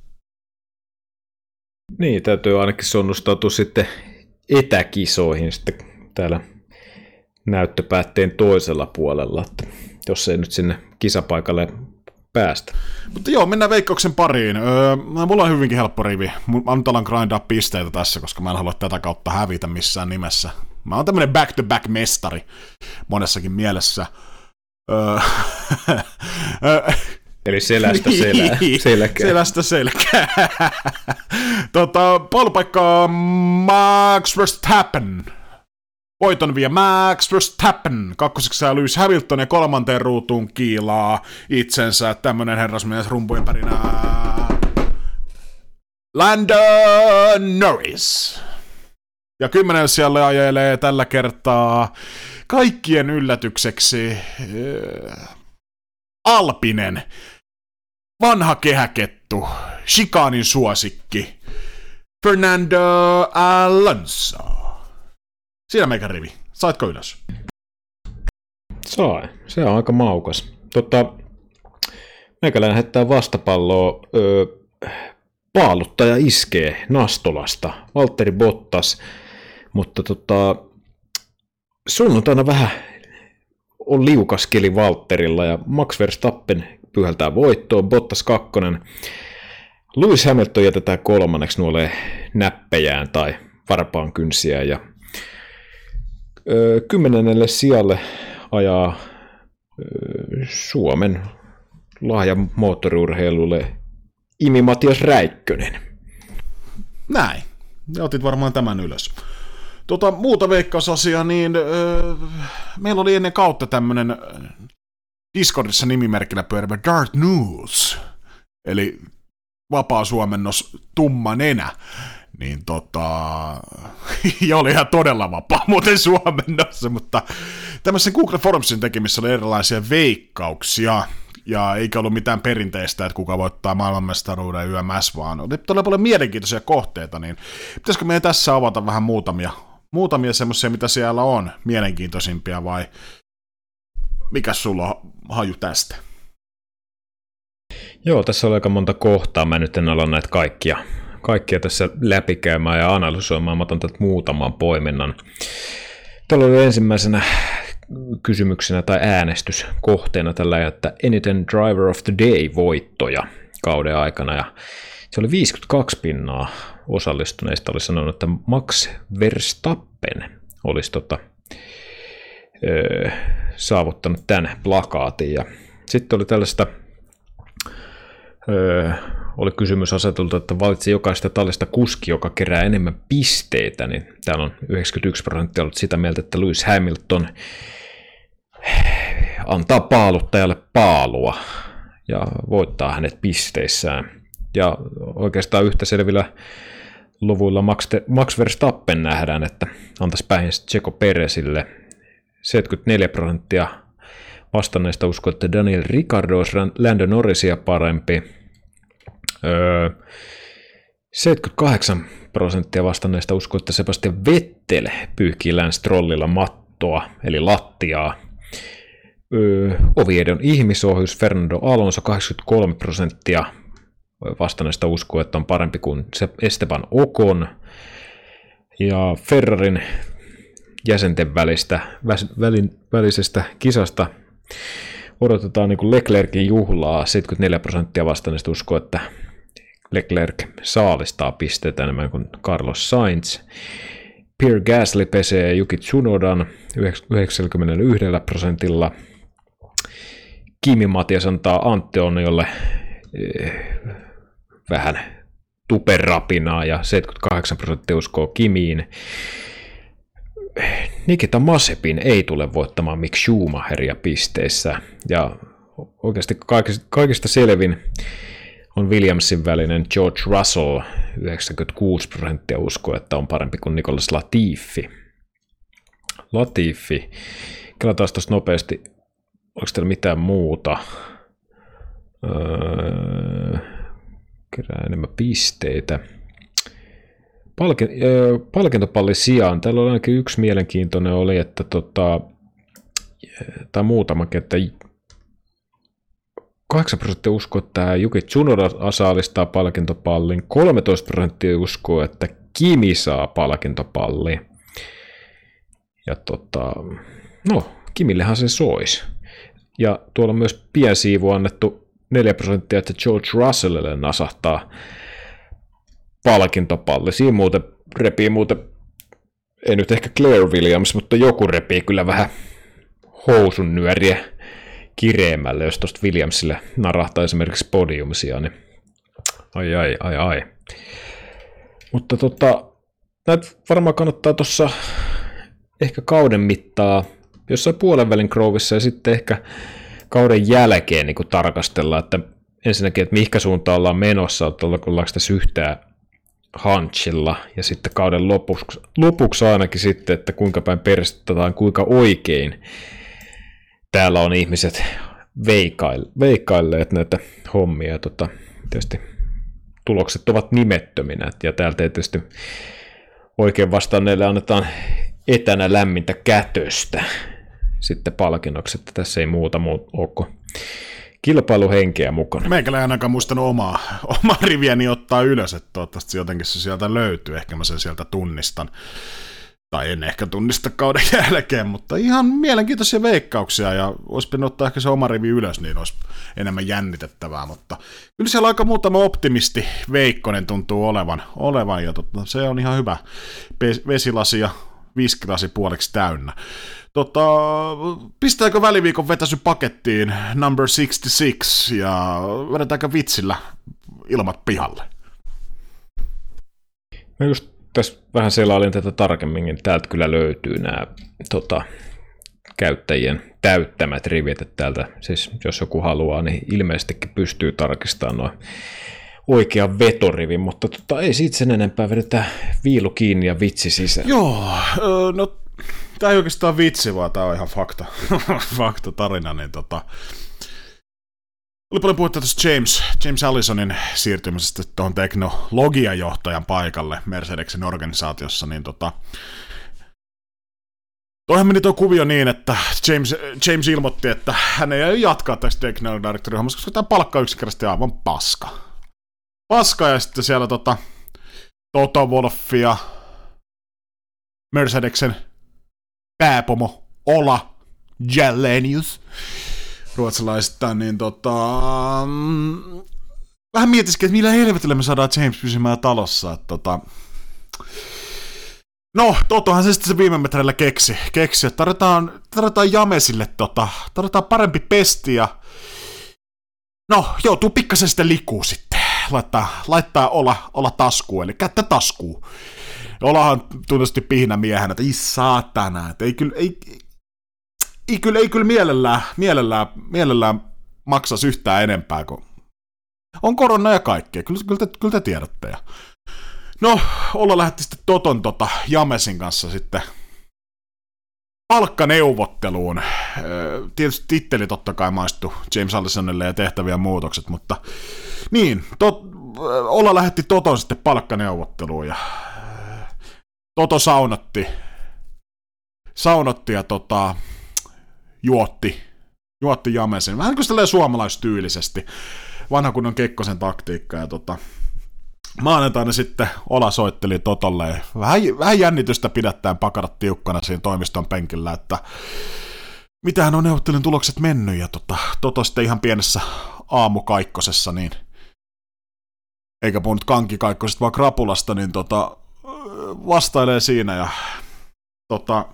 Niin, täytyy ainakin sonnustautua sitten etäkisoihin sitten täällä näyttöpäätteen toisella puolella, että jos ei nyt sinne kisapaikalle päästä. Mutta joo, mennään veikkauksen pariin. Öö, mulla on hyvinkin helppo rivi. Mä nyt alan grindaa pisteitä tässä, koska mä en halua tätä kautta hävitä missään nimessä. Mä oon tämmönen back-to-back mestari monessakin mielessä. Öö, Eli selästä selää. Selkää. Selästä selkää. tota, paalupaikka Max Verstappen. Voiton vie Max Verstappen, kakkoseksi saa Lewis Hamilton ja kolmanteen ruutuun kiilaa itsensä tämmönen herrasmies rumpujen pärinää. Lando Norris. Ja kymmenen sijalle ajelee tällä kertaa kaikkien yllätykseksi äh, Alpinen, vanha kehäkettu, chikaanin suosikki, Fernando Alonso. Siinä meikä rivi. Saitko ylös? Sai. Se on aika maukas. Tota, meikäläinen heittää vastapalloa. Öö, paaluttaja iskee Nastolasta. Valtteri Bottas. Mutta tota, sunnuntaina vähän on liukaskeli Valtterilla ja Max Verstappen pyhältää voittoon. Bottas kakkonen. Lewis Hamilton jätetään kolmanneksi nuolee näppejään tai varpaan kynsiä ja Öö, kymmenennelle sijalle ajaa öö, Suomen lahja moottoriurheilulle Imi Matias Räikkönen. Näin. Ja otit varmaan tämän ylös. Tota, muuta veikkausasiaa, niin öö, meillä oli ennen kautta tämmönen Discordissa nimimerkillä pyörivä Dark News, eli vapaa suomennos tumma nenä. Niin tota, ja oli ihan todella vapaa muuten suomennossa, mutta tämmöisen Google Formsin tekemissä oli erilaisia veikkauksia, ja eikä ollut mitään perinteistä, että kuka voittaa maailmanmestaruuden Y M S, vaan oli todella paljon mielenkiintoisia kohteita, niin pitäisikö meidän tässä avata vähän muutamia, muutamia semmoisia, mitä siellä on mielenkiintoisimpia, vai mikä sulla on haju tästä? Joo, tässä on aika monta kohtaa, mä nyt en ala näitä kaikkia. Kaikkia tässä läpikäymään ja analysoimaan. Mä otan tätä muutaman poiminnan. Täällä oli ensimmäisenä kysymyksenä tai äänestyskohteena tällä, että eniten Driver of the Day-voittoja kauden aikana. Ja se oli viisikymmentäkaksi pinnaa osallistuneista oli sanonut, että Max Verstappen olisi tota, öö, saavuttanut tämän plakaatin. Ja sitten oli tällaista öö, oli kysymys asetulta, että valitsi jokaista tallista kuski, joka kerää enemmän pisteitä, niin täällä on yhdeksänkymmentäyksi prosenttia ollut sitä mieltä, että Lewis Hamilton antaa paaluttajalle paalua ja voittaa hänet pisteissään. Ja oikeastaan yhtä selvillä luvuilla Max, Max Verstappen nähdään, että antaisi päihinsä Checo Perezille. seitsemänkymmentäneljä prosenttia vastanneista uskoo, että Daniel Ricciardo olisi Lando Norrisia parempi. Öö, seitsemänkymmentäkahdeksan prosenttia vastanneista uskoo, että Sebastian Vettel pyyhkii Lance Strollilla mattoa, eli lattiaa. Öö, Oviedon ihmisohjus Fernando Alonso kahdeksankymmentäkolme prosenttia vastanneista uskoo, että on parempi kuin Esteban Ocon. Ja Ferrarin jäsenten välistä, välin, välisestä kisasta odotetaan niin kuin Leclercin juhlaa. seitsemänkymmentäneljä prosenttia vastanneista uskoo, että Leclerc saalistaa pisteitä enemmän kuin Carlos Sainz. Pierre Gasly pesee Yuki Tsunodan yhdeksänkymmentäyksi prosentilla. Kimi Matias antaa Antti Onniolle eh, vähän tuperapinaa ja seitsemänkymmentäkahdeksan prosenttia uskoo Kimiin. Nikita Mazepin ei tule voittamaan Mick Schumacheria pisteissä, ja oikeasti kaikista, kaikista selvin on Williamsin välinen George Russell, yhdeksänkymmentäkuusi prosenttia uskoo, että on parempi kuin Nicolas Latifi. Latifi, kelataan tuosta nopeasti, onko teillä mitään muuta? Öö, kerää enemmän pisteitä. Palkin, äh, palkintopallin sijaan, täällä on ainakin yksi mielenkiintoinen oli, että tota, tai muutamakin, että kahdeksan prosenttia uskoo, että Yuki Tsunoda saalistaa palkintopallin, kolmetoista prosenttia uskoo, että Kimi saa palkintopallin. Ja tota, no, Kimillehän se sois. Ja tuolla on myös piensiivu annettu neljä prosenttia, että George Russellille nasahtaa palkintopalli. Siinä muuten repii muuten, ei nyt ehkä Claire Williams, mutta joku repii kyllä vähän housun nyöriä kireemmälle, jos tuosta Williamsille narahtaa esimerkiksi podiumsia, niin ai ai ai ai. Mutta tota, näitä varmaan kannattaa tuossa ehkä kauden mittaa, jossain puolenvälin Grovissa ja sitten ehkä kauden jälkeen niin tarkastella, että ensinnäkin, että mihinkä suuntaan ollaan menossa, että ollaanko tässä yhtään hunchilla, ja sitten kauden lopuksi, lopuksi ainakin sitten, että kuinka päin peristetaan, kuinka oikein täällä on ihmiset veikaille, veikailleet näitä hommia. Tota, tietysti tulokset ovat nimettöminä, ja täältä tietysti oikein vastanneille annetaan etänä lämmintä kätöstä sitten palkinnoksi, että tässä ei muuta muu ole kilpailuhenkeä mukana. Meikällä ei ainakaan muistanut omaa, omaa riviäni ottaa ylös, että toivottavasti jotenkin se sieltä löytyy, ehkä mä sen sieltä tunnistan. Tai en ehkä tunnista kauden jälkeen, mutta ihan mielenkiintoisia veikkauksia, ja olisi pitänyt ottaa ehkä se oma rivi ylös, niin olisi enemmän jännitettävää, mutta kyllä siellä aika muutama optimisti Veikkonen tuntuu olevan, olevan ja totta, se on ihan hyvä vesilasi ja viskilasi puoliksi täynnä. Tota, pistääkö väliviikon vetäsy pakettiin number kuusikymmentäkuusi ja vedetäänkö vitsillä ilmat pihalle? Mä just tässä vähän selailin tätä tarkemmin, niin täältä kyllä löytyy nämä tota, käyttäjien täyttämät rivit, että täältä siis jos joku haluaa, niin ilmeisestikin pystyy tarkistamaan noin oikean vetorivin, mutta tota, ei siitä sen enempää, vedetään viilu kiinni ja vitsi sisään. Joo, no tämä ei oikeastaan vitsi, vaan tämä on ihan fakta, fakta tarina, niin tota, oli paljon puhuttu tuosta James, James Allisonin siirtymisestä tuohon teknologiajohtajan paikalle Mercedesen organisaatiossa, niin tota, toihan meni tuo kuvio niin, että James, James ilmoitti, että hän ei jatkaa tästä technical directorin hommassa, koska tämä palkka on yksinkertaisesti aivan paska. Paska, ja sitten siellä tota, Toto Wolff ja Mercedesen pääpomo Ola Jallenius ruotsalaisista, niin tota, vähän mietiskin, että millä helvetillä me saadaan James pysymään talossa, että tota, no, Totohan se sitten se viime metreillä keksi, keksi että tarvitaan, tarvitaan Jamesille tota, tarvitaan parempi pesti ja no, joutuu pikkasen sitten likuu sitten. laittaa, laittaa olla, olla taskuun, eli kättä taskuun. Olahan tuntusti pihinä miehenä, että ei saatana, että ei kyllä, ei, ei kyllä, ei kyllä mielellään, mielellään, mielellään maksaisi yhtään enempää, kun on korona ja kaikkea, kyllä, kyllä, te, kyllä te tiedätte. Ja no, Olla lähetti sitten Toton tota, Jamesin kanssa sitten palkkaneuvotteluun. Tietysti titteli totta kai maistui James Allisonille ja tehtäviä muutokset, mutta niin, tot, Olla lähetti Toton sitten palkkaneuvotteluun ja Toto saunotti, saunotti ja tota, juotti, juotti Jamesin. Vähän kuin silleen suomalaistyylisesti. Vanha kunnon Kekkosen taktiikka ja tota, maanantaina sitten Ola soitteli Totolle ja vähän, vähän jännitystä pidättäen pakarat tiukkana siinä toimiston penkillä, että mitähän on neuvottelun tulokset mennyt ja tota, Toto sitten ihan pienessä aamukaikkosessa, niin eikä puhunut kankikaikkosesta vaan krapulasta, niin tota, vastailee siinä ja tota,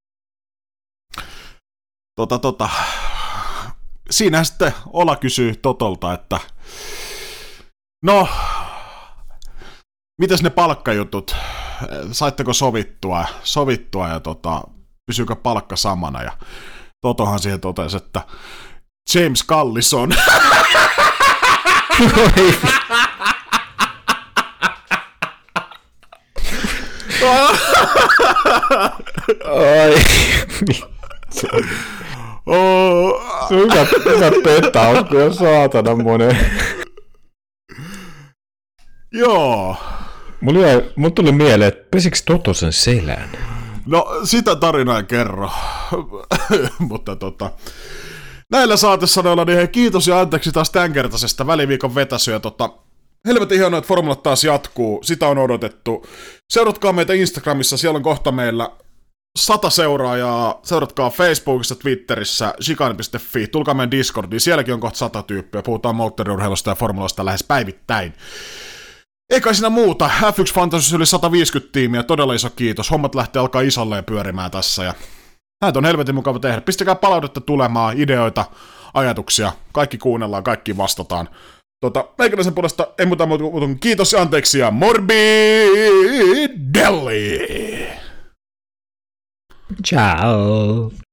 tota, tota, siinä sitten Ola kysyy Totolta, että no, mitäs ne palkkajutut, saitteko sovittua, sovittua ja tota, pysyykö palkka samana ja Totohan siihen totesi, että James Callison. Ai, oh. Se on hyvä, hyvä petaus, kun on saatana monen. Joo. Mulla, jäi, mulla tuli mieleen, että pesikö Toto sen selän? No, sitä tarinaa en kerro. Mutta tota, näillä saatesanoilla niin hei, kiitos ja anteeksi taas tämänkertaisesta väliviikon vetäsyä. Tota, helvetin hienoa, että formulat taas jatkuu. Sitä on odotettu. Seuratkaa meitä Instagramissa, siellä on kohta meillä sata seuraajaa. Seuratkaa Facebookissa, Twitterissä, chicane piste fi. Tulkaa meidän Discordiin, sielläkin on kohta sata tyyppiä. Puhutaan moottoriurheilusta ja formulasta lähes päivittäin. Eikä siinä muuta. F yksi Fantasy yli sata viisikymmentä tiimiä, todella iso kiitos. Hommat lähtee alkaa isolleen pyörimään tässä ja näitä on helvetin mukava tehdä. Pistäkää palautetta tulemaan, ideoita, ajatuksia. Kaikki kuunnellaan, kaikki vastataan. Tota, meikäläisen puolesta ei muuta muuta kuin kiitos ja anteeksi ja morbidelli! Ciao!